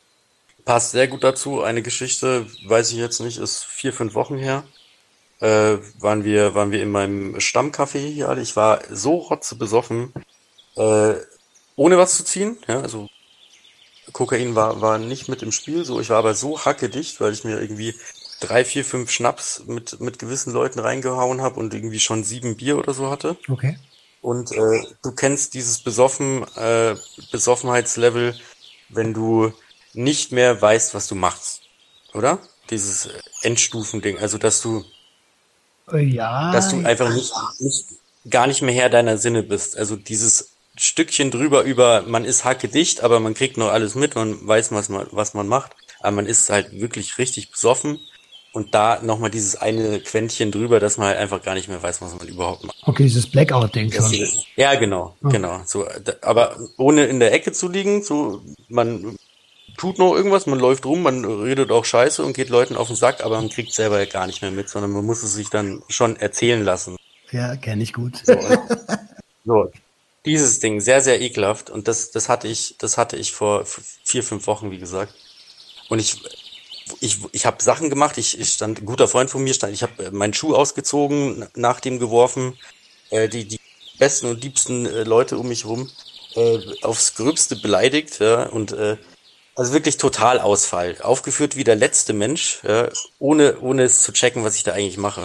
passt sehr gut dazu. Eine Geschichte, weiß ich jetzt nicht, ist vier, fünf Wochen her. Äh, waren wir, waren wir in meinem Stammcafé hier alle. Ich war so rotzebesoffen, äh, ohne was zu ziehen. Ja, also Kokain war, war nicht mit im Spiel. So, ich war aber so hackedicht, weil ich mir irgendwie drei, vier, fünf Schnaps mit, mit gewissen Leuten reingehauen habe und irgendwie schon sieben Bier oder so hatte. Okay. Und äh, du kennst dieses Besoffen, äh, Besoffenheitslevel, wenn du nicht mehr weißt, was du machst, oder? Dieses Endstufending, also dass du, Äh, Ja, dass du einfach nicht, nicht, gar nicht mehr Herr deiner Sinne bist. Also dieses Stückchen drüber über, man ist hackedicht, aber man kriegt noch alles mit, man weiß, was man, was man macht, aber man ist halt wirklich richtig besoffen. Und da nochmal dieses eine Quäntchen drüber, dass man halt einfach gar nicht mehr weiß, was man überhaupt macht. okay, dieses Blackout-Ding schon. Ja, genau, Oh. genau. So, da- aber ohne in der Ecke zu liegen, so, man tut noch irgendwas, man läuft rum, man redet auch Scheiße und geht Leuten auf den Sack, aber man kriegt selber gar nicht mehr mit, sondern man muss es sich dann schon erzählen lassen. Ja, kenne ich gut. So, dieses Ding, sehr, sehr ekelhaft. Und das, das hatte ich, das hatte ich vor f- vier, fünf Wochen, wie gesagt. Und ich, ich, ich habe Sachen gemacht. Ich, ich stand, ein guter Freund von mir stand, ich habe meinen Schuh ausgezogen, nach dem geworfen. Äh, die, die besten und liebsten äh, Leute um mich rum äh, aufs Gröbste beleidigt, ja, und äh, also wirklich total Ausfall. Aufgeführt wie der letzte Mensch, ja, ohne, ohne es zu checken, was ich da eigentlich mache.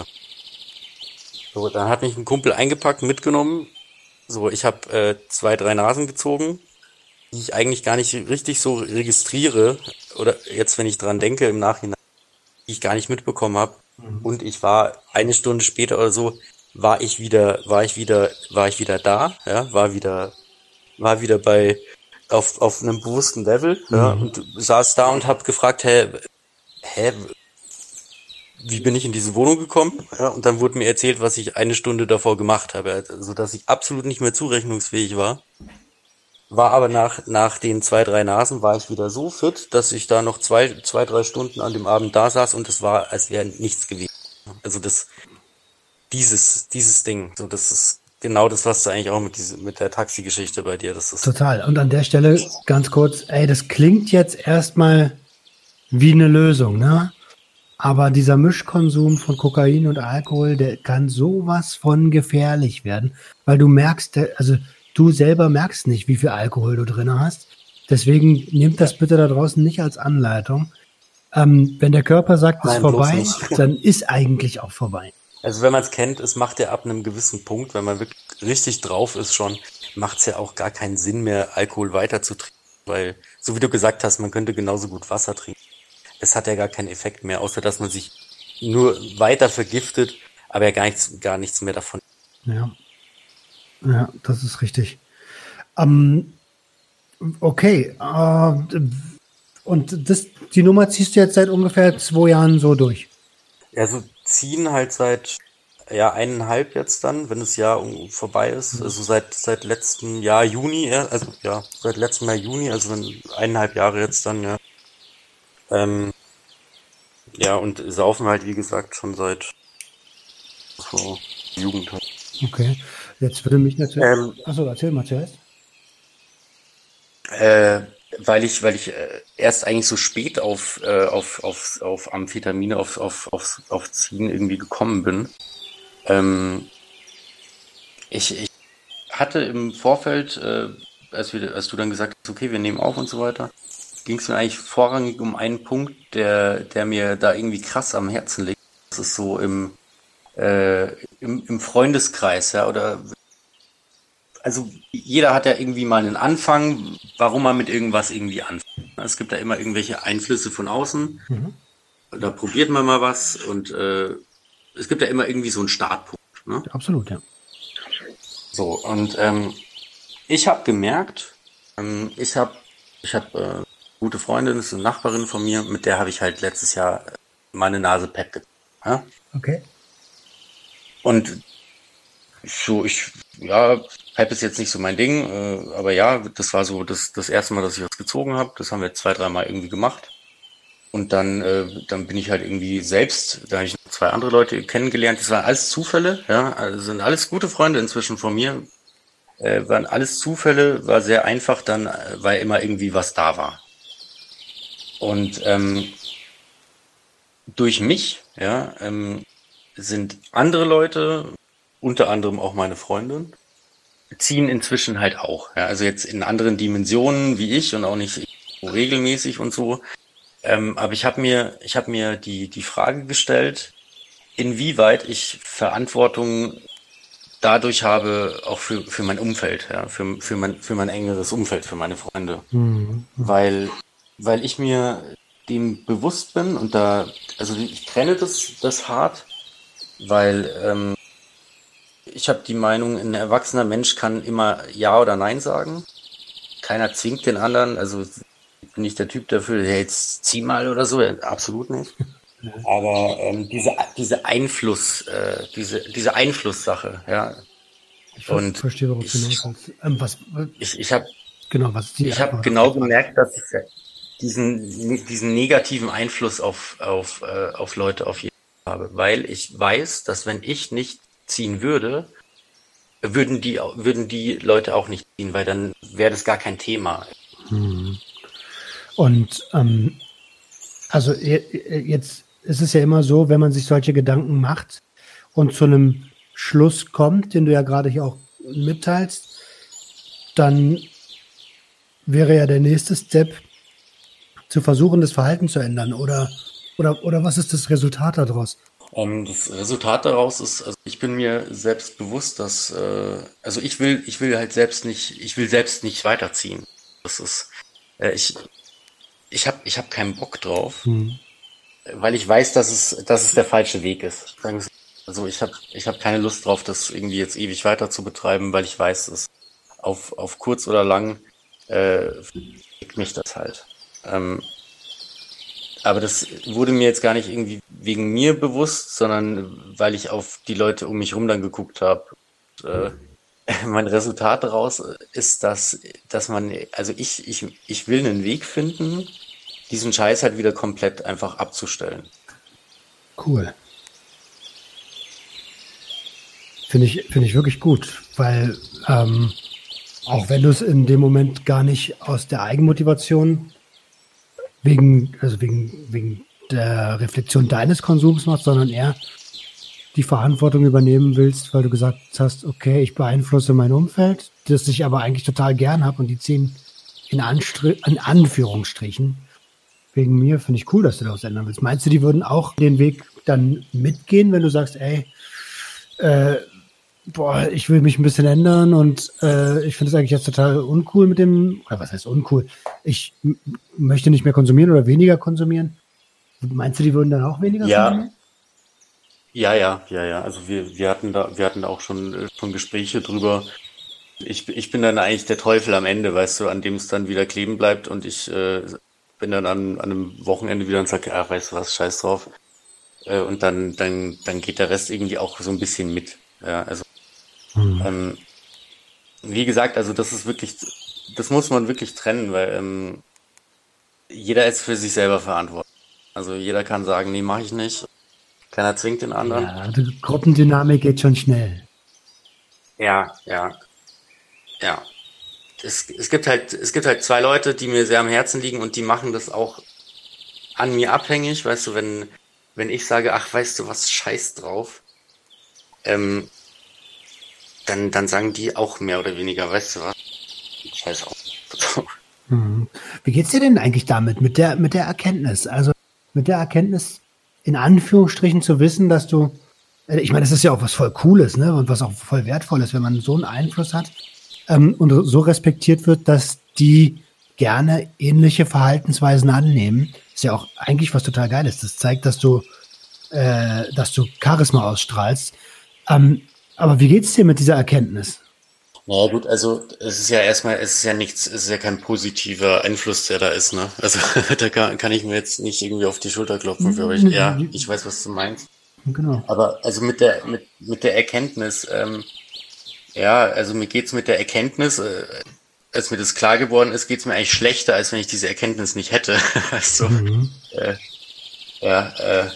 So, dann hat mich ein Kumpel eingepackt, mitgenommen. So, ich habe äh, zwei, drei Nasen gezogen, die ich eigentlich gar nicht richtig so registriere. Oder jetzt, wenn ich dran denke, im Nachhinein, die ich gar nicht mitbekommen habe. Und ich war eine Stunde später oder so, war ich wieder, war ich wieder, war ich wieder da, ja, war wieder, war wieder bei auf auf einem bewussten Level, ja, und saß da und hab gefragt, hä, hä, wie bin ich in diese Wohnung gekommen? Ja, und dann wurde mir erzählt, was ich eine Stunde davor gemacht habe, so dass ich absolut nicht mehr zurechnungsfähig war. War aber nach nach den zwei, drei Nasen war ich wieder so fit, dass ich da noch zwei, zwei, drei Stunden an dem Abend da saß und es war, als wäre nichts gewesen. Also das, dieses, dieses Ding, so das ist genau das, was du eigentlich auch mit diese, mit der Taxi-Geschichte bei dir, das ist. Total. Und an der Stelle ganz kurz, ey, das klingt jetzt erstmal wie eine Lösung, ne? Aber dieser Mischkonsum von Kokain und Alkohol, der kann sowas von gefährlich werden, weil du merkst, der- also du selber merkst nicht, wie viel Alkohol du drin hast. Deswegen nehmt das bitte da draußen nicht als Anleitung. Ähm, wenn der Körper sagt, es ist Nein, bloß vorbei, nicht. dann ist eigentlich auch vorbei. Also wenn man es kennt, es macht ja ab einem gewissen Punkt, wenn man wirklich richtig drauf ist schon, macht es ja auch gar keinen Sinn mehr, Alkohol weiter zu trinken, weil, so wie du gesagt hast, man könnte genauso gut Wasser trinken. Es hat ja gar keinen Effekt mehr, außer dass man sich nur weiter vergiftet, aber ja gar nichts, gar nichts mehr davon. Ja, ja, das ist richtig. Ähm, okay, äh, und das, die Nummer ziehst du jetzt seit ungefähr zwei Jahren so durch. Also ziehen halt seit ja eineinhalb jetzt dann, wenn das Jahr um- vorbei ist. Also seit seit letztem Jahr Juni, ja, also ja, seit letztem Jahr Juni, also wenn eineinhalb Jahre jetzt dann, ja. Ähm, ja, und saufen halt, wie gesagt, schon seit so Jugend. halt. Okay, jetzt würde mich natürlich. Ähm, Achso, erzähl mal zuerst. Äh, weil ich, weil ich äh, erst eigentlich so spät auf, äh, auf, auf, auf Amphetamine, auf, auf, auf, auf Ziehen irgendwie gekommen bin. Ähm, ich, ich hatte im Vorfeld, äh, als, wir, als du dann gesagt hast, okay, wir nehmen auf und so weiter, ging es mir eigentlich vorrangig um einen Punkt, der, der mir da irgendwie krass am Herzen liegt. Das ist so im, äh, im, im Freundeskreis, ja, oder also jeder hat ja irgendwie mal einen Anfang, warum man mit irgendwas irgendwie anfängt. Es gibt ja immer irgendwelche Einflüsse von außen. Da probiert man mal was und äh, es gibt ja immer irgendwie so einen Startpunkt. Ne? Absolut, ja. So, und ähm, ich habe gemerkt, ähm, ich habe ich hab, äh, eine gute Freundin, das ist eine Nachbarin von mir, mit der habe ich halt letztes Jahr meine Nase Pep getrunken. Ja? Okay. Und so, ich, ja, Pep ist jetzt nicht so mein Ding, äh, aber ja, das war so das, das erste Mal, dass ich was gezogen habe. Das haben wir zwei, dreimal irgendwie gemacht. Und dann, äh, dann bin ich halt irgendwie selbst, da habe ich noch zwei andere Leute kennengelernt. Das waren alles Zufälle, ja, also sind alles gute Freunde inzwischen von mir. Äh, waren alles Zufälle, war sehr einfach dann, äh, weil immer irgendwie was da war. Und ähm, durch mich, ja, ähm, sind andere Leute, unter anderem auch meine Freundin, ziehen inzwischen halt auch. Ja, also jetzt in anderen Dimensionen wie ich und auch nicht so regelmäßig und so. Ähm, aber ich habe mir, ich habe mir die, die Frage gestellt, inwieweit ich Verantwortung dadurch habe, auch für, für mein Umfeld, ja, für, für mein, für mein engeres Umfeld, für meine Freunde. Mhm. Weil, weil ich mir dem bewusst bin und da, also ich trenne das, das hart, weil ähm, ich habe die Meinung, ein erwachsener Mensch kann immer Ja oder Nein sagen. Keiner zwingt den anderen, also ich bin nicht der Typ dafür, hey, jetzt zieh mal oder so, ja, absolut nicht. Aber ähm, diese, diese Einfluss, äh, diese, diese Einflusssache, ja. Ich Und verstehe, worauf ich- du hinaus willst. Ähm, was, Ich, ich habe genau, was ist die ich hab Antwort genau auf die Frage? gemerkt, dass ich diesen, diesen negativen Einfluss auf, auf, äh, auf Leute auf jeden Fall habe, weil ich weiß, dass wenn ich nicht ziehen würde, würden die, würden die Leute auch nicht ziehen, weil dann wäre das gar kein Thema. Und ähm, also je- jetzt ist es ja immer so, wenn man sich solche Gedanken macht und zu einem Schluss kommt, den du ja gerade hier auch mitteilst, dann wäre ja der nächste Step, zu versuchen, das Verhalten zu ändern. Oder, oder, oder was ist das Resultat daraus? Ähm, das Resultat daraus ist, also ich bin mir selbst bewusst, dass, äh, also ich will, ich will halt selbst nicht, ich will selbst nicht weiterziehen. Das ist, äh, ich, ich habe, ich habe keinen Bock drauf, Hm. weil ich weiß, dass es, dass es der falsche Weg ist. Sagen wir- Also ich habe, ich habe keine Lust drauf, das irgendwie jetzt ewig weiter zu betreiben, weil ich weiß, dass auf, auf kurz oder lang äh, fickt mich das halt. Ähm, aber das wurde mir jetzt gar nicht irgendwie wegen mir bewusst, sondern weil ich auf die Leute um mich rum dann geguckt habe. Äh, mein Resultat daraus ist, dass, dass man, also ich, ich, ich will einen Weg finden, diesen Scheiß halt wieder komplett einfach abzustellen. Cool. Finde ich, finde ich wirklich gut, weil ähm, auch wenn du es in dem Moment gar nicht aus der Eigenmotivation wegen, also wegen, wegen der Reflexion deines Konsums machst, sondern eher die Verantwortung übernehmen willst, weil du gesagt hast, okay, ich beeinflusse mein Umfeld, das ich aber eigentlich total gern habe und die ziehen in, Anstr in Anführungsstrichen wegen mir, finde ich cool, dass du das ändern willst. Meinst du, die würden auch den Weg dann mitgehen, wenn du sagst, ey, äh, boah, ich will mich ein bisschen ändern und äh, ich finde es eigentlich jetzt total uncool mit dem, oder was heißt uncool? Ich m- möchte nicht mehr konsumieren oder weniger konsumieren. Meinst du, die würden dann auch weniger Ja. konsumieren? Ja, ja, ja, ja. Also wir, wir hatten da, wir hatten da auch schon, äh, schon Gespräche drüber. Ich, ich bin dann eigentlich der Teufel am Ende, weißt du, an dem es dann wieder kleben bleibt und ich äh, bin dann an, an einem Wochenende wieder und sage, ach, weißt du was, scheiß drauf. Äh, und dann, dann, dann geht der Rest irgendwie auch so ein bisschen mit. Ja, also ähm, wie gesagt, also das ist wirklich, das muss man wirklich trennen, weil ähm, jeder ist für sich selber verantwortlich. Also jeder kann sagen, nee, mache ich nicht. Keiner zwingt den anderen. Ja, die Gruppendynamik geht schon schnell. Ja, ja, ja. Es, es gibt halt, es gibt halt zwei Leute, die mir sehr am Herzen liegen und die machen das auch an mir abhängig, weißt du, wenn, wenn ich sage, ach, weißt du was, scheiß drauf, ähm, dann, dann sagen die auch mehr oder weniger, weißt du was, scheiß auf. Mhm. Wie geht's dir denn eigentlich damit, mit der, mit der Erkenntnis? Also mit der Erkenntnis, in Anführungsstrichen zu wissen, dass du, äh, ich meine, das ist ja auch was voll Cooles, ne? Und was auch voll Wertvolles, wenn man so einen Einfluss hat ähm, und so respektiert wird, dass die gerne ähnliche Verhaltensweisen annehmen. Ist ja auch eigentlich was total Geiles. Das zeigt, dass du, äh, dass du Charisma ausstrahlst. Ähm, aber wie geht's dir mit dieser Erkenntnis? Naja gut, also es ist ja erstmal, es ist ja nichts, es ist ja kein positiver Einfluss, der da ist, ne? Also da kann, kann ich mir jetzt nicht irgendwie auf die Schulter klopfen für euch. Ja, ich weiß, was du meinst. Genau. Aber also mit der mit mit der Erkenntnis, ähm, ja, also mir geht's mit der Erkenntnis, äh, als mir das klar geworden ist, geht's mir eigentlich schlechter, als wenn ich diese Erkenntnis nicht hätte. Also, Mhm. äh, ja, äh,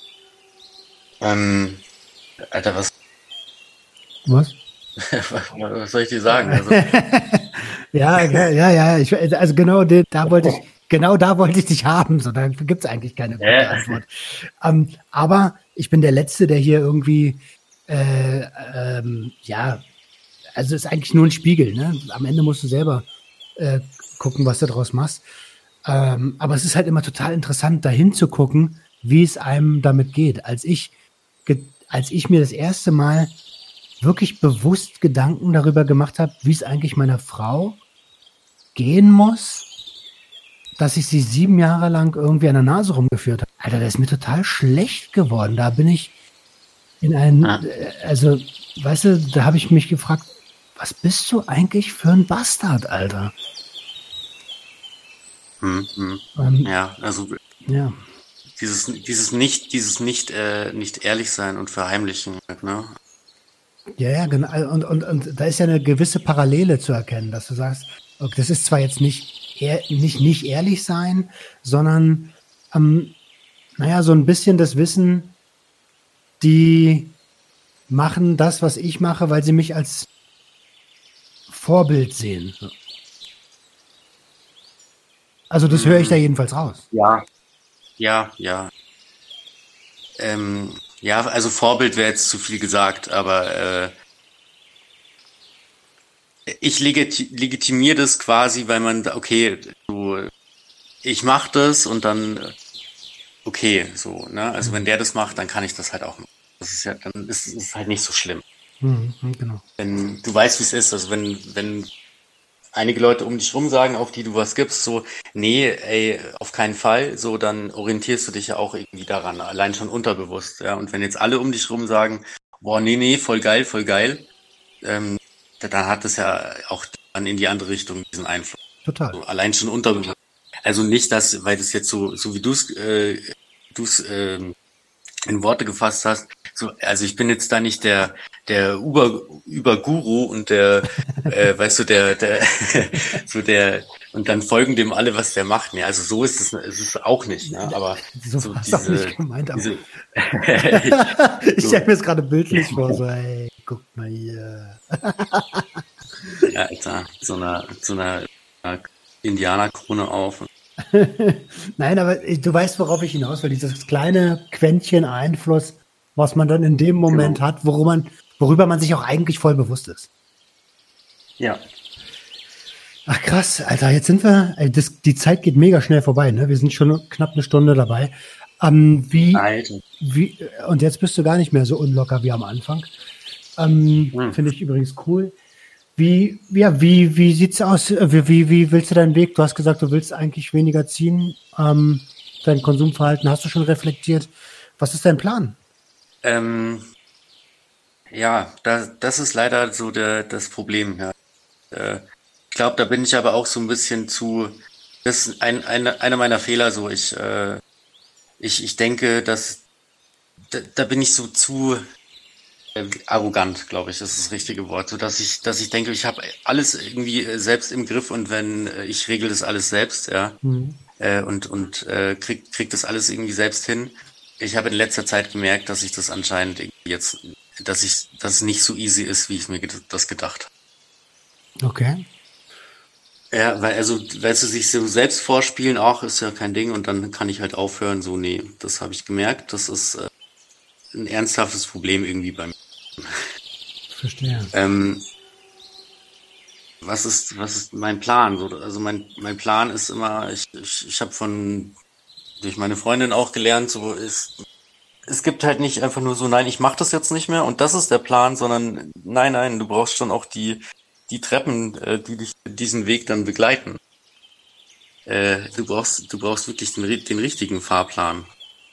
ähm, Alter, was, Was? was soll ich dir sagen? Also, Ja, ja, ja, ja. Ich, also genau de- da wollte ich, genau da wollte ich dich haben. So, da gibt's eigentlich keine gute Ja. Antwort. Ähm, aber ich bin der Letzte, der hier irgendwie, äh, ähm, ja, also ist eigentlich nur ein Spiegel. Ne? Am Ende musst du selber äh, gucken, was du daraus machst. Ähm, aber es ist halt immer total interessant, dahin zu gucken, wie es einem damit geht. Als ich, ge- als ich mir das erste Mal wirklich bewusst Gedanken darüber gemacht habe, wie es eigentlich meiner Frau gehen muss, dass ich sie sieben Jahre lang irgendwie an der Nase rumgeführt habe. Alter, das ist mir total schlecht geworden. Da bin ich in einen, Ja. äh, also, weißt du, da habe ich mich gefragt, was bist du eigentlich für ein Bastard, Alter? Hm, hm. Ähm, Ja, also ja. dieses, dieses nicht, dieses nicht, äh, nicht ehrlich sein und verheimlichen, ne? Ja, ja, genau. Und, und, und da ist ja eine gewisse Parallele zu erkennen, dass du sagst, okay, das ist zwar jetzt nicht, ehr, nicht, nicht ehrlich sein, sondern, ähm, naja, so ein bisschen das Wissen, die machen das, was ich mache, weil sie mich als Vorbild sehen. Also das höre ich da jedenfalls raus. Ja. Ja, ja. Ähm, ja, also Vorbild wäre jetzt zu viel gesagt, aber äh, ich legit legitimiere das quasi, weil man, okay, so, ich mache das und dann, äh, okay, so, ne? Also wenn der das macht, dann kann ich das halt auch machen. Das ist ja, dann ist es halt nicht so schlimm. Mhm, genau. Wenn du weißt, wie es ist, also wenn, wenn einige Leute um dich rum sagen, auf die du was gibst, so, nee, ey, auf keinen Fall, so, dann orientierst du dich ja auch irgendwie daran, allein schon unterbewusst, ja. Und wenn jetzt alle um dich rum sagen, boah, nee, nee, voll geil, voll geil, ähm, da- dann hat das ja auch dann in die andere Richtung diesen Einfluss. Total. So, allein schon unterbewusst. Also nicht, dass, weil das jetzt so, so wie du es, äh, du's, ähm, in Worte gefasst hast, so, also ich bin jetzt da nicht der der Uber Über-Guru und der, äh, weißt du, der der so der und dann folgen dem alle, was der macht. Nee, also so ist es, ist es auch nicht, ne? Aber So, so war es auch diese, nicht gemeint. Aber diese ich stelle mir das gerade bildlich vor, so, ey, guck mal hier. ja, Alter, so einer so einer, einer Indianerkrone auf. Nein, aber du weißt, worauf ich hinaus will. Dieses kleine Quäntchen Einfluss, was man dann in dem Moment Genau. hat, worüber man, worüber man sich auch eigentlich voll bewusst ist. Ja. Ach krass, Alter, jetzt sind wir, ey, das, die Zeit geht mega schnell vorbei, ne? Wir sind schon knapp eine Stunde dabei. Ähm, wie, Alter. wie, und jetzt bist du gar nicht mehr so unlocker wie am Anfang. Ähm, Hm. Finde ich übrigens cool. Wie, ja, wie, wie sieht's aus? Wie, wie, wie willst du deinen Weg? Du hast gesagt, du willst eigentlich weniger ziehen. Ähm, dein Konsumverhalten hast du schon reflektiert. Was ist dein Plan? Ähm, ja, da, das ist leider so der, das Problem. Ja. Äh, ich glaube, da bin ich aber auch so ein bisschen zu. Das ist ein, eine, einer meiner Fehler. So, ich, äh, ich, ich denke, dass da, da bin ich so zu äh, arrogant, glaube ich, das ist das richtige Wort, so dass ich, dass ich denke, ich habe alles irgendwie äh, selbst im Griff und wenn äh, ich regel das alles selbst, ja, Mhm. äh, und und äh, krieg krieg das alles irgendwie selbst hin. Ich habe in letzter Zeit gemerkt, dass ich das anscheinend irgendwie jetzt, dass ich, dass es nicht so easy ist, wie ich mir ged- das gedacht habe. Okay. Ja, weil also, weißt du, sich so selbst vorspielen, auch ist ja kein Ding und dann kann ich halt aufhören, so, nee, das habe ich gemerkt, das ist äh, ein ernsthaftes Problem irgendwie bei mir. Verstehe. Ähm, was ist, was ist mein Plan? So, also mein, mein Plan ist immer, ich, ich, ich habe von durch meine Freundin auch gelernt, so ist, es gibt halt nicht einfach nur so, nein, ich mache das jetzt nicht mehr und das ist der Plan, sondern nein, nein, du brauchst schon auch die, die Treppen, äh, die dich diesen Weg dann begleiten. Äh, du brauchst, du brauchst wirklich den, ri- den richtigen Fahrplan.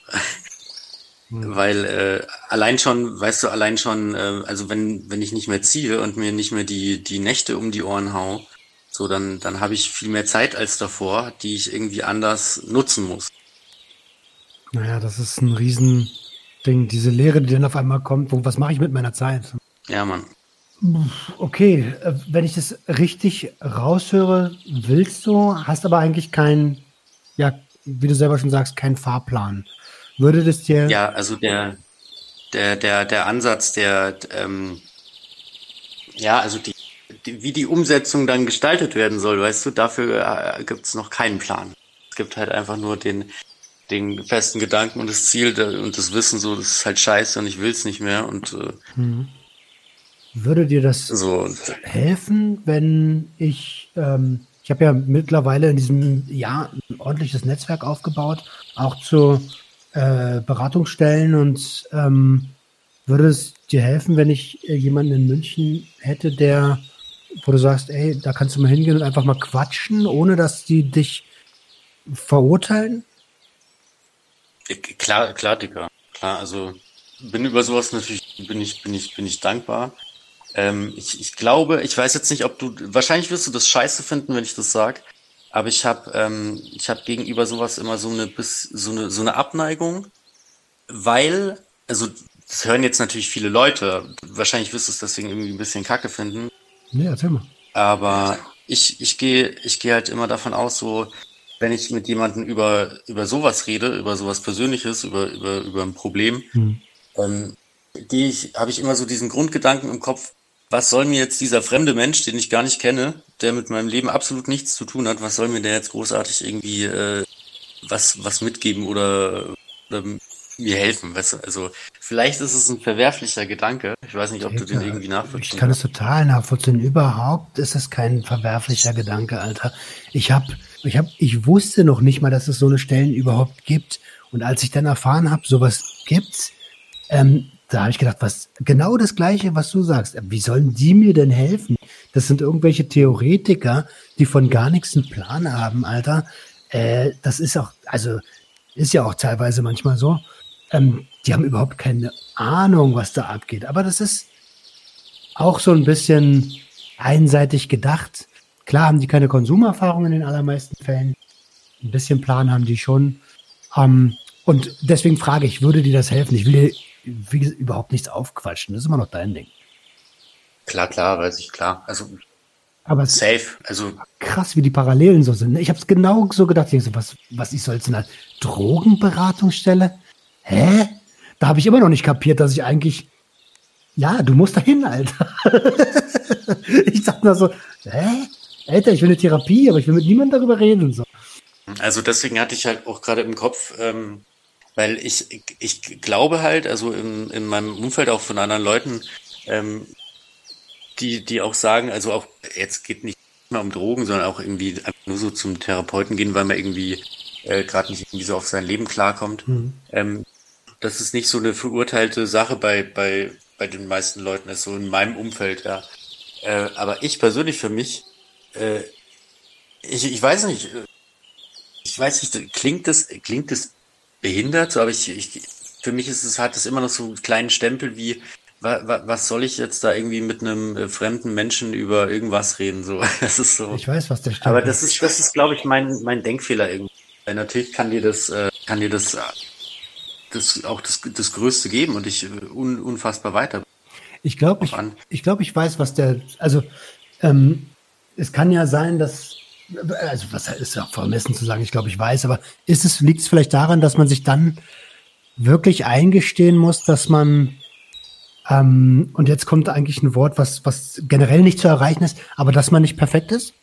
Weil äh, allein schon, weißt du, allein schon, äh, also wenn wenn ich nicht mehr ziehe und mir nicht mehr die die Nächte um die Ohren hau, so dann dann habe ich viel mehr Zeit als davor, die ich irgendwie anders nutzen muss. Naja, das ist ein Riesending. Diese Lehre, die dann auf einmal kommt, wo, was mache ich mit meiner Zeit? Ja, Mann. Okay, äh, wenn ich das richtig raushöre, willst du, hast aber eigentlich keinen, ja, wie du selber schon sagst, keinen Fahrplan. Würde das dir, Ja, also der der der der Ansatz, der ähm, ja, also die, die wie die Umsetzung dann gestaltet werden soll, weißt du, dafür äh, gibt's noch keinen Plan. Es gibt halt einfach nur den den festen Gedanken und das Ziel da- und das Wissen, so, das ist halt scheiße und ich will's nicht mehr und äh, würde dir das so. helfen, wenn ich ähm, Ich habe ja mittlerweile in diesem Jahr ein ordentliches Netzwerk aufgebaut, auch zu äh, Beratungsstellen und ähm, würde es dir helfen, wenn ich äh, jemanden in München hätte, der, wo du sagst, ey, da kannst du mal hingehen und einfach mal quatschen, ohne dass die dich verurteilen? Klar, klar, Dicker. Klar, also bin über sowas natürlich, bin ich, bin ich, bin ich dankbar. Ähm, ich, ich glaube, ich weiß jetzt nicht, ob du, wahrscheinlich wirst du das scheiße finden, wenn ich das sag, aber ich habe ähm, ich habe gegenüber sowas immer so eine bis so eine so eine Abneigung, weil, also das hören jetzt natürlich viele Leute, wahrscheinlich wirst du es deswegen irgendwie ein bisschen kacke finden. Nee, erzähl mal. Aber ich ich gehe ich gehe halt immer davon aus, so wenn ich mit jemandem über über sowas rede, über sowas Persönliches, über über über ein Problem, Hm. ähm, gehe ich habe ich immer so diesen Grundgedanken im Kopf. Was soll mir jetzt dieser fremde Mensch, den ich gar nicht kenne, der mit meinem Leben absolut nichts zu tun hat, was soll mir der jetzt großartig irgendwie äh, was was mitgeben oder, oder mir helfen? Weißt du? Also vielleicht ist es ein verwerflicher Gedanke. Ich weiß nicht, ob du den irgendwie nachvollziehen Ich kann es kannst. total nachvollziehen. Überhaupt ist es kein verwerflicher Gedanke, Alter. Ich hab, ich hab, ich wusste noch nicht mal, dass es so eine Stellen überhaupt gibt. Und als ich dann erfahren habe, sowas gibt's, ähm, da habe ich gedacht, was genau das Gleiche, was du sagst. Wie sollen die mir denn helfen? Das sind irgendwelche Theoretiker, die von gar nichts einen Plan haben, Alter. Äh, das ist auch, also ist ja auch teilweise manchmal so. Ähm, die haben überhaupt keine Ahnung, was da abgeht. Aber das ist auch so ein bisschen einseitig gedacht. Klar haben die keine Konsumerfahrung in den allermeisten Fällen. Ein bisschen Plan haben die schon. Ähm, und deswegen frage ich, würde dir das helfen? Ich will dir wie gesagt, überhaupt nichts aufquatschen. Das ist immer noch dein Ding. Klar, klar, weiß ich, klar. Also Aber es ist safe. Also krass, wie die Parallelen so sind. Ich habe es genau so gedacht. Ich denke so, was, was ich soll jetzt in einer Drogenberatungsstelle? Hä? Da habe ich immer noch nicht kapiert, dass ich eigentlich, ja, du musst dahin, Alter. Ich dachte nur so, hä? Alter, ich will eine Therapie, aber ich will mit niemandem darüber reden. So. Also deswegen hatte ich halt auch gerade im Kopf, ähm, weil ich ich glaube halt, also in, in meinem Umfeld auch von anderen Leuten, ähm, die die auch sagen, also auch jetzt geht nicht mehr um Drogen, sondern auch irgendwie einfach nur so zum Therapeuten gehen, weil man irgendwie äh, gerade nicht irgendwie so auf sein Leben klarkommt. Mhm. Ähm, das ist nicht so eine verurteilte Sache bei bei bei den meisten Leuten ist, so in meinem Umfeld, ja. Äh, aber ich persönlich für mich, äh, ich ich weiß nicht. Ich weiß nicht, klingt das, klingt das behindert, so, aber ich, ich, für mich ist es, hat es immer noch so einen kleinen Stempel wie, wa, wa, was soll ich jetzt da irgendwie mit einem äh, fremden Menschen über irgendwas reden, so, das ist so. Ich weiß, was der Stempel Aber das ist, das ist, glaube ich, mein, mein Denkfehler irgendwie. Weil natürlich kann dir das, äh, kann dir das, äh, das auch das, das Größte geben und dich äh, un, unfassbar weiter. Ich glaube, ich, an. ich glaube, ich weiß, was der, also, ähm, es kann ja sein, dass, also was ist ja vermessen zu sagen, ich glaube, ich weiß, aber ist es, liegt es vielleicht daran, dass man sich dann wirklich eingestehen muss, dass man, ähm, und jetzt kommt eigentlich ein Wort, was, was generell nicht zu erreichen ist, aber dass man nicht perfekt ist?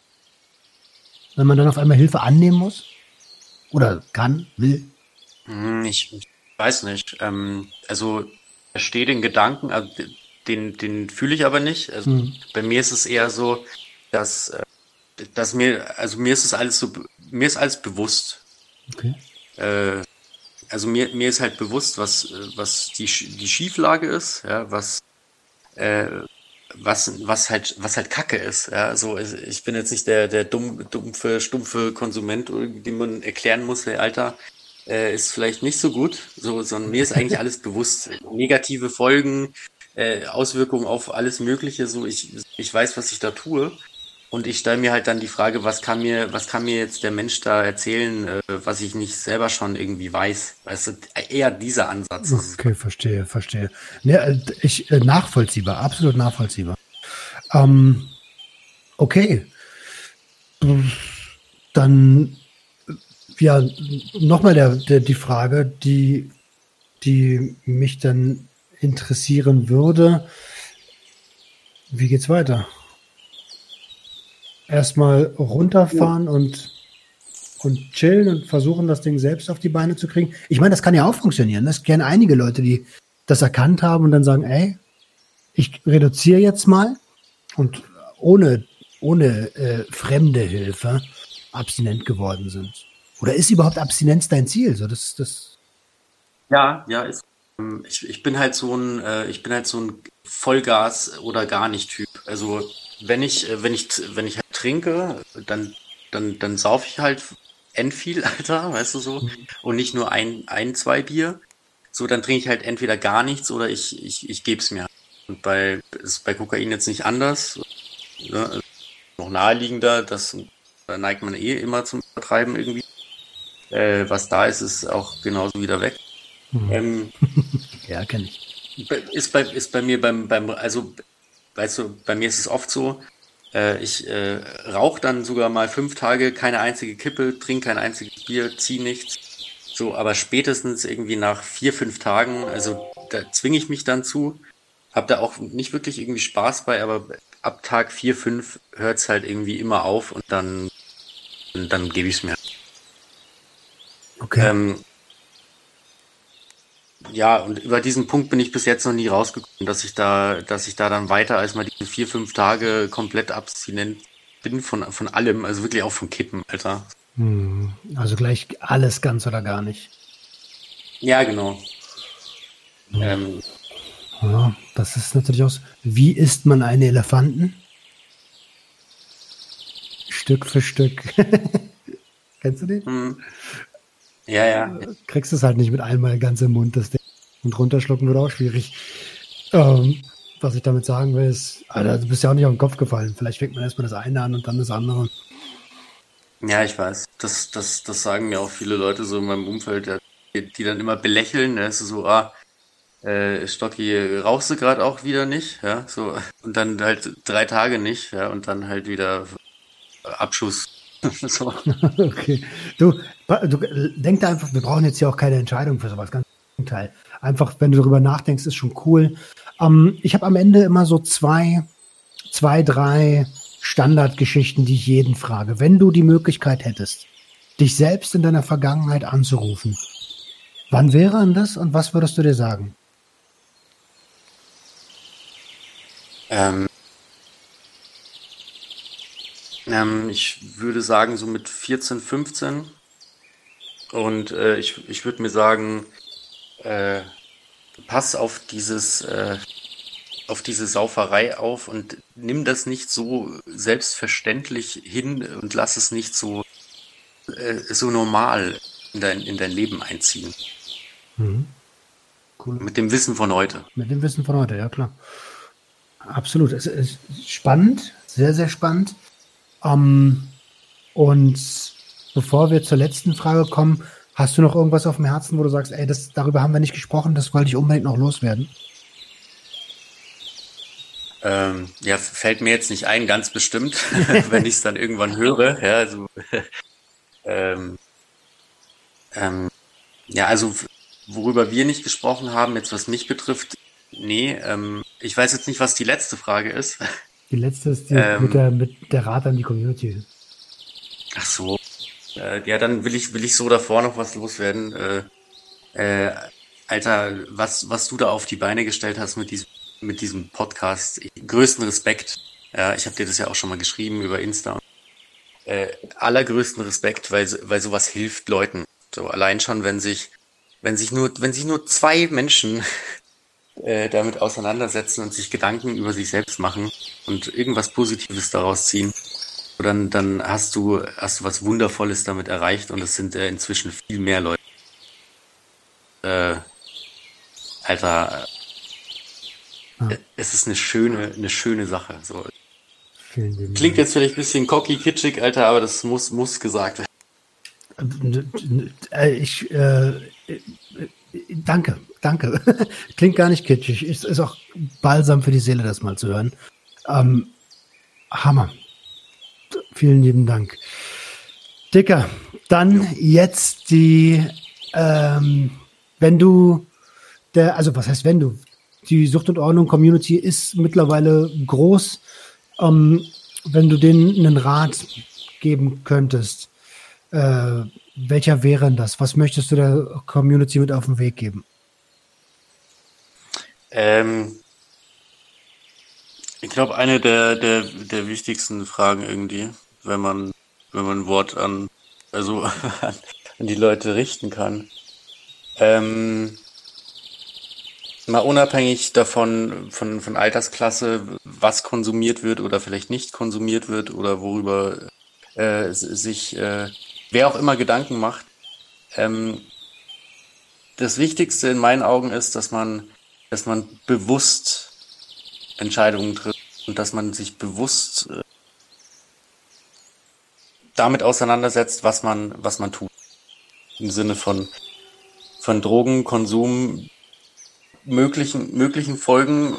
Wenn man dann auf einmal Hilfe annehmen muss? Oder kann, will? Hm, Ich, ich weiß nicht. Ähm, also ich verstehe den Gedanken, also den, den fühle ich aber nicht. Also Mhm. bei mir ist es eher so, dass, äh, dass mir, also mir ist es alles so, mir ist alles bewusst. Okay. Äh, also mir, mir ist halt bewusst, was, äh, was die, Sch- die Schieflage ist, ja, was, äh, was, was halt, was halt Kacke ist, ja. Also ich ich bin jetzt nicht der, der dumm, dumpfe, stumpfe Konsument, dem man erklären muss, hey, Alter, äh, ist vielleicht nicht so gut, so, sondern mir ist eigentlich alles bewusst. Negative Folgen, äh, Auswirkungen auf alles Mögliche, so ich, ich weiß, was ich da tue. Und ich stelle mir halt dann die Frage, was kann mir, was kann mir jetzt der Mensch da erzählen, äh, was ich nicht selber schon irgendwie weiß. Weißt du, eher dieser Ansatz. Okay, verstehe, verstehe. Ja, äh, ich, äh, nachvollziehbar, absolut nachvollziehbar. Ähm, okay. Dann, äh, ja, nochmal der, der, die Frage, die, die mich dann interessieren würde. Wie geht's weiter? Erstmal runterfahren und, und chillen und versuchen, das Ding selbst auf die Beine zu kriegen. Ich meine, das kann ja auch funktionieren. Es kennen einige Leute, die das erkannt haben und dann sagen, ey, ich reduziere jetzt mal und ohne ohne äh, fremde Hilfe abstinent geworden sind. Oder ist überhaupt Abstinenz dein Ziel? So, das, das Ja, ja, ist, ähm, ich, ich bin halt so ein, äh, ich bin halt so ein Vollgas oder gar nicht Typ. Also wenn ich, äh, wenn ich, wenn ich halt trinke, dann, dann, dann sauf ich halt end viel, Alter, weißt du so, und nicht nur ein, ein, zwei Bier. So, dann trinke ich halt entweder gar nichts oder ich, ich, ich gebe es mir. Und bei, ist bei Kokain jetzt nicht anders. Ne? Noch naheliegender, das da neigt man eh immer zum Übertreiben irgendwie. Äh, was da ist, ist auch genauso wieder weg. Mhm. Ähm, ja, kenne ich. ist bei, ist bei mir beim, beim, also, weißt du, bei mir ist es oft so, äh, ich äh, rauche dann sogar mal fünf Tage keine einzige Kippe, trinke kein einziges Bier, ziehe nichts. So, aber spätestens irgendwie nach vier, fünf Tagen, also da zwinge ich mich dann zu, hab da auch nicht wirklich irgendwie Spaß bei, aber ab Tag vier, fünf hört's halt irgendwie immer auf und dann, dann gebe ich es mir. Okay. Ähm, ja, und über diesen Punkt bin ich bis jetzt noch nie rausgekommen, dass ich da, dass ich da dann weiter als mal diese vier, fünf Tage komplett abstinent bin von, von allem, also wirklich auch vom Kippen, Alter. Hm. Also gleich alles ganz oder gar nicht. Ja, genau. Ähm, Ja, das ist natürlich auch so. Wie isst man einen Elefanten? Stück für Stück. Kennst du den? hm. Ja, ja. Kriegst es halt nicht mit einmal ganz im Mund, das Ding. Und runterschlucken wird auch schwierig. Ähm, was ich damit sagen will, ist, Alter, du bist ja auch nicht auf den Kopf gefallen. Vielleicht fängt man erstmal das eine an und dann das andere. Ja, ich weiß. Das, das, das sagen mir auch viele Leute so in meinem Umfeld, ja, die, die dann immer belächeln. Da ist es so, ah, äh, Stocki, rauchst du gerade auch wieder nicht? Ja, so. Und dann halt drei Tage nicht, ja, und dann halt wieder Abschuss. so. Okay. Du, du denk da einfach, wir brauchen jetzt hier auch keine Entscheidung für sowas, ganz im Gegenteil. Einfach, wenn du darüber nachdenkst, ist schon cool. Ähm, ich habe am Ende immer so zwei, zwei, drei Standardgeschichten, die ich jeden frage. Wenn du die Möglichkeit hättest, dich selbst in deiner Vergangenheit anzurufen, wann wäre denn das und was würdest du dir sagen? Ähm, ähm, ich würde sagen, so mit vierzehn, fünfzehn. Und äh, ich, ich würde mir sagen, äh, pass auf dieses, äh, auf diese Sauferei auf und nimm das nicht so selbstverständlich hin und lass es nicht so, äh, so normal in dein, in dein Leben einziehen. Mhm. Cool. Mit dem Wissen von heute. Mit dem Wissen von heute, ja klar. Absolut. Es ist spannend, sehr, sehr spannend. Ähm, und bevor wir zur letzten Frage kommen, hast du noch irgendwas auf dem Herzen, wo du sagst, ey, das, darüber haben wir nicht gesprochen, das wollte ich unbedingt noch loswerden? Ähm, ja, fällt mir jetzt nicht ein, ganz bestimmt, wenn ich es dann irgendwann höre. Ja, also, ähm, ähm, ja, also worüber wir nicht gesprochen haben, jetzt was mich betrifft, nee, ähm, ich weiß jetzt nicht, was die letzte Frage ist. Die letzte ist die Ähm, mit, der, mit der Rat an die Community. Ach so. Äh, ja, dann will ich, will ich so davor noch was loswerden. Äh, äh, Alter, was, was du da auf die Beine gestellt hast mit diesem, mit diesem Podcast, größten Respekt. Ja, ich habe dir das ja auch schon mal geschrieben über Insta. Äh, allergrößten Respekt, weil, weil sowas hilft Leuten. So allein schon, wenn sich, wenn sich nur, wenn sich nur zwei Menschen äh, damit auseinandersetzen und sich Gedanken über sich selbst machen und irgendwas Positives daraus ziehen, dann, dann hast du, hast du was Wundervolles damit erreicht und es sind äh, inzwischen viel mehr Leute. Äh, Alter, Ja. äh, es ist eine schöne, eine schöne Sache. So. Vielen lieben Klingt Dank. jetzt vielleicht ein bisschen cocky, kitschig, Alter, aber das muss, muss gesagt werden. Äh, Ich, äh, äh, danke, danke. Klingt gar nicht kitschig. Ist, ist auch balsam für die Seele, das mal zu hören. Ähm, Hammer. Vielen lieben Dank. Dicker, dann jetzt die, ähm, wenn du, der, also was heißt wenn du, die Sucht und Ordnung Community ist mittlerweile groß. Ähm, wenn du denen einen Rat geben könntest, äh, welcher wäre denn das? Was möchtest du der Community mit auf den Weg geben? Ähm, Ich glaube, eine der, der, der wichtigsten Fragen irgendwie, wenn man, wenn man ein Wort an, also an die Leute richten kann. Ähm, mal unabhängig davon, von, von Altersklasse, was konsumiert wird oder vielleicht nicht konsumiert wird oder worüber äh, sich äh, wer auch immer Gedanken macht. Ähm, das Wichtigste in meinen Augen ist, dass man, dass man bewusst Entscheidungen trifft und dass man sich bewusst äh, damit auseinandersetzt, was man, was man tut. Im Sinne von, von Drogenkonsum, möglichen, möglichen Folgen,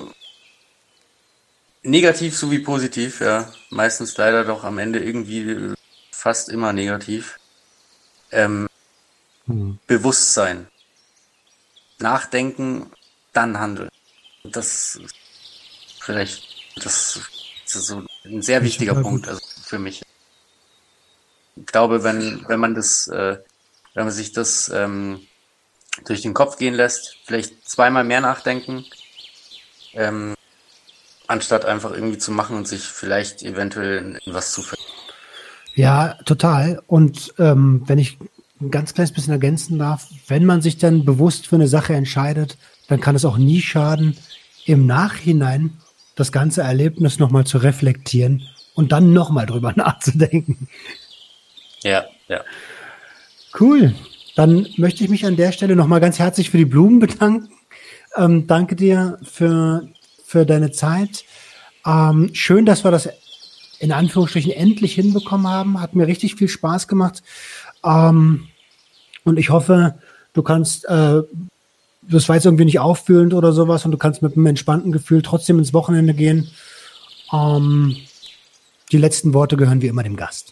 negativ sowie positiv, ja. Meistens leider doch am Ende irgendwie fast immer negativ. Ähm, hm. Bewusstsein. Nachdenken, dann handeln. Das ist vielleicht, das, das ist so ein sehr wichtiger Punkt, also für mich. Ich glaube, wenn, wenn man das, äh, wenn man sich das ähm, durch den Kopf gehen lässt, vielleicht zweimal mehr nachdenken, ähm, anstatt einfach irgendwie zu machen und sich vielleicht eventuell in, in was zu ver... Ja, total. Und ähm, wenn ich ein ganz kleines bisschen ergänzen darf, wenn man sich dann bewusst für eine Sache entscheidet, dann kann es auch nie schaden, im Nachhinein das ganze Erlebnis nochmal zu reflektieren und dann nochmal drüber nachzudenken. Ja, ja. Cool. Dann möchte ich mich an der Stelle nochmal ganz herzlich für die Blumen bedanken. Ähm, danke dir für, für deine Zeit. Ähm, schön, dass wir das in Anführungsstrichen endlich hinbekommen haben. Hat mir richtig viel Spaß gemacht. Ähm, und ich hoffe, du kannst, äh, das war jetzt irgendwie nicht auffühlend oder sowas und du kannst mit einem entspannten Gefühl trotzdem ins Wochenende gehen. Ähm, die letzten Worte gehören wie immer dem Gast.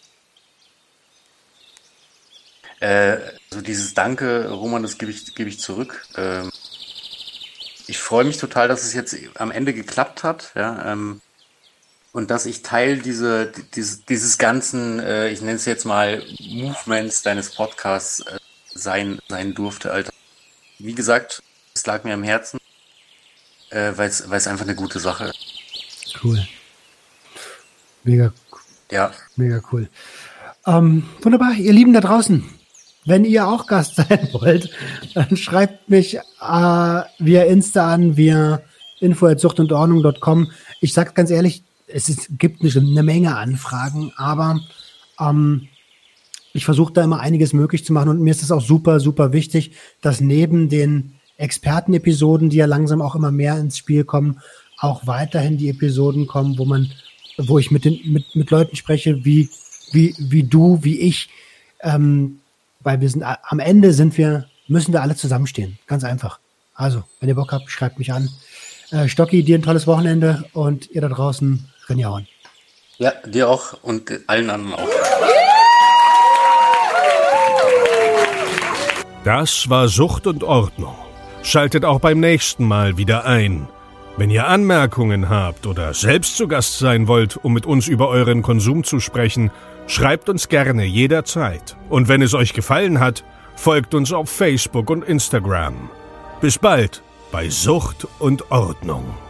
Äh, also dieses Danke, Roman, das gebe ich, gebe ich zurück. Ähm, ich freue mich total, dass es jetzt am Ende geklappt hat, ja, ähm, und dass ich Teil diese, dieses, dieses ganzen, äh, ich nenne es jetzt mal Movements deines Podcasts äh, sein, sein durfte, Alter. Wie gesagt, es lag mir am Herzen, äh, weil es, weil es einfach eine gute Sache ist. Cool. Mega, ja. Mega cool. Ähm, wunderbar, ihr Lieben da draußen. Wenn ihr auch Gast sein wollt, dann schreibt mich äh, via Insta an, via info at sucht und ordnung punkt com. Ich sag ganz ehrlich, es ist, gibt eine, eine Menge Anfragen, aber ähm, ich versuche da immer einiges möglich zu machen und mir ist es auch super, super wichtig, dass neben den Expertenepisoden, die ja langsam auch immer mehr ins Spiel kommen, auch weiterhin die Episoden kommen, wo man, wo ich mit den mit, mit Leuten spreche, wie wie wie du, wie ich, ähm, weil wir sind am Ende sind wir, müssen wir alle zusammenstehen. Ganz einfach. Also, wenn ihr Bock habt, schreibt mich an. Äh, Stocki, dir ein tolles Wochenende und ihr da draußen, reinjauen. Ja, dir auch und allen anderen auch. Das war Sucht und Ordnung. Schaltet auch beim nächsten Mal wieder ein. Wenn ihr Anmerkungen habt oder selbst zu Gast sein wollt, um mit uns über euren Konsum zu sprechen, schreibt uns gerne jederzeit. Und wenn es euch gefallen hat, folgt uns auf Facebook und Instagram. Bis bald bei Sucht und Ordnung.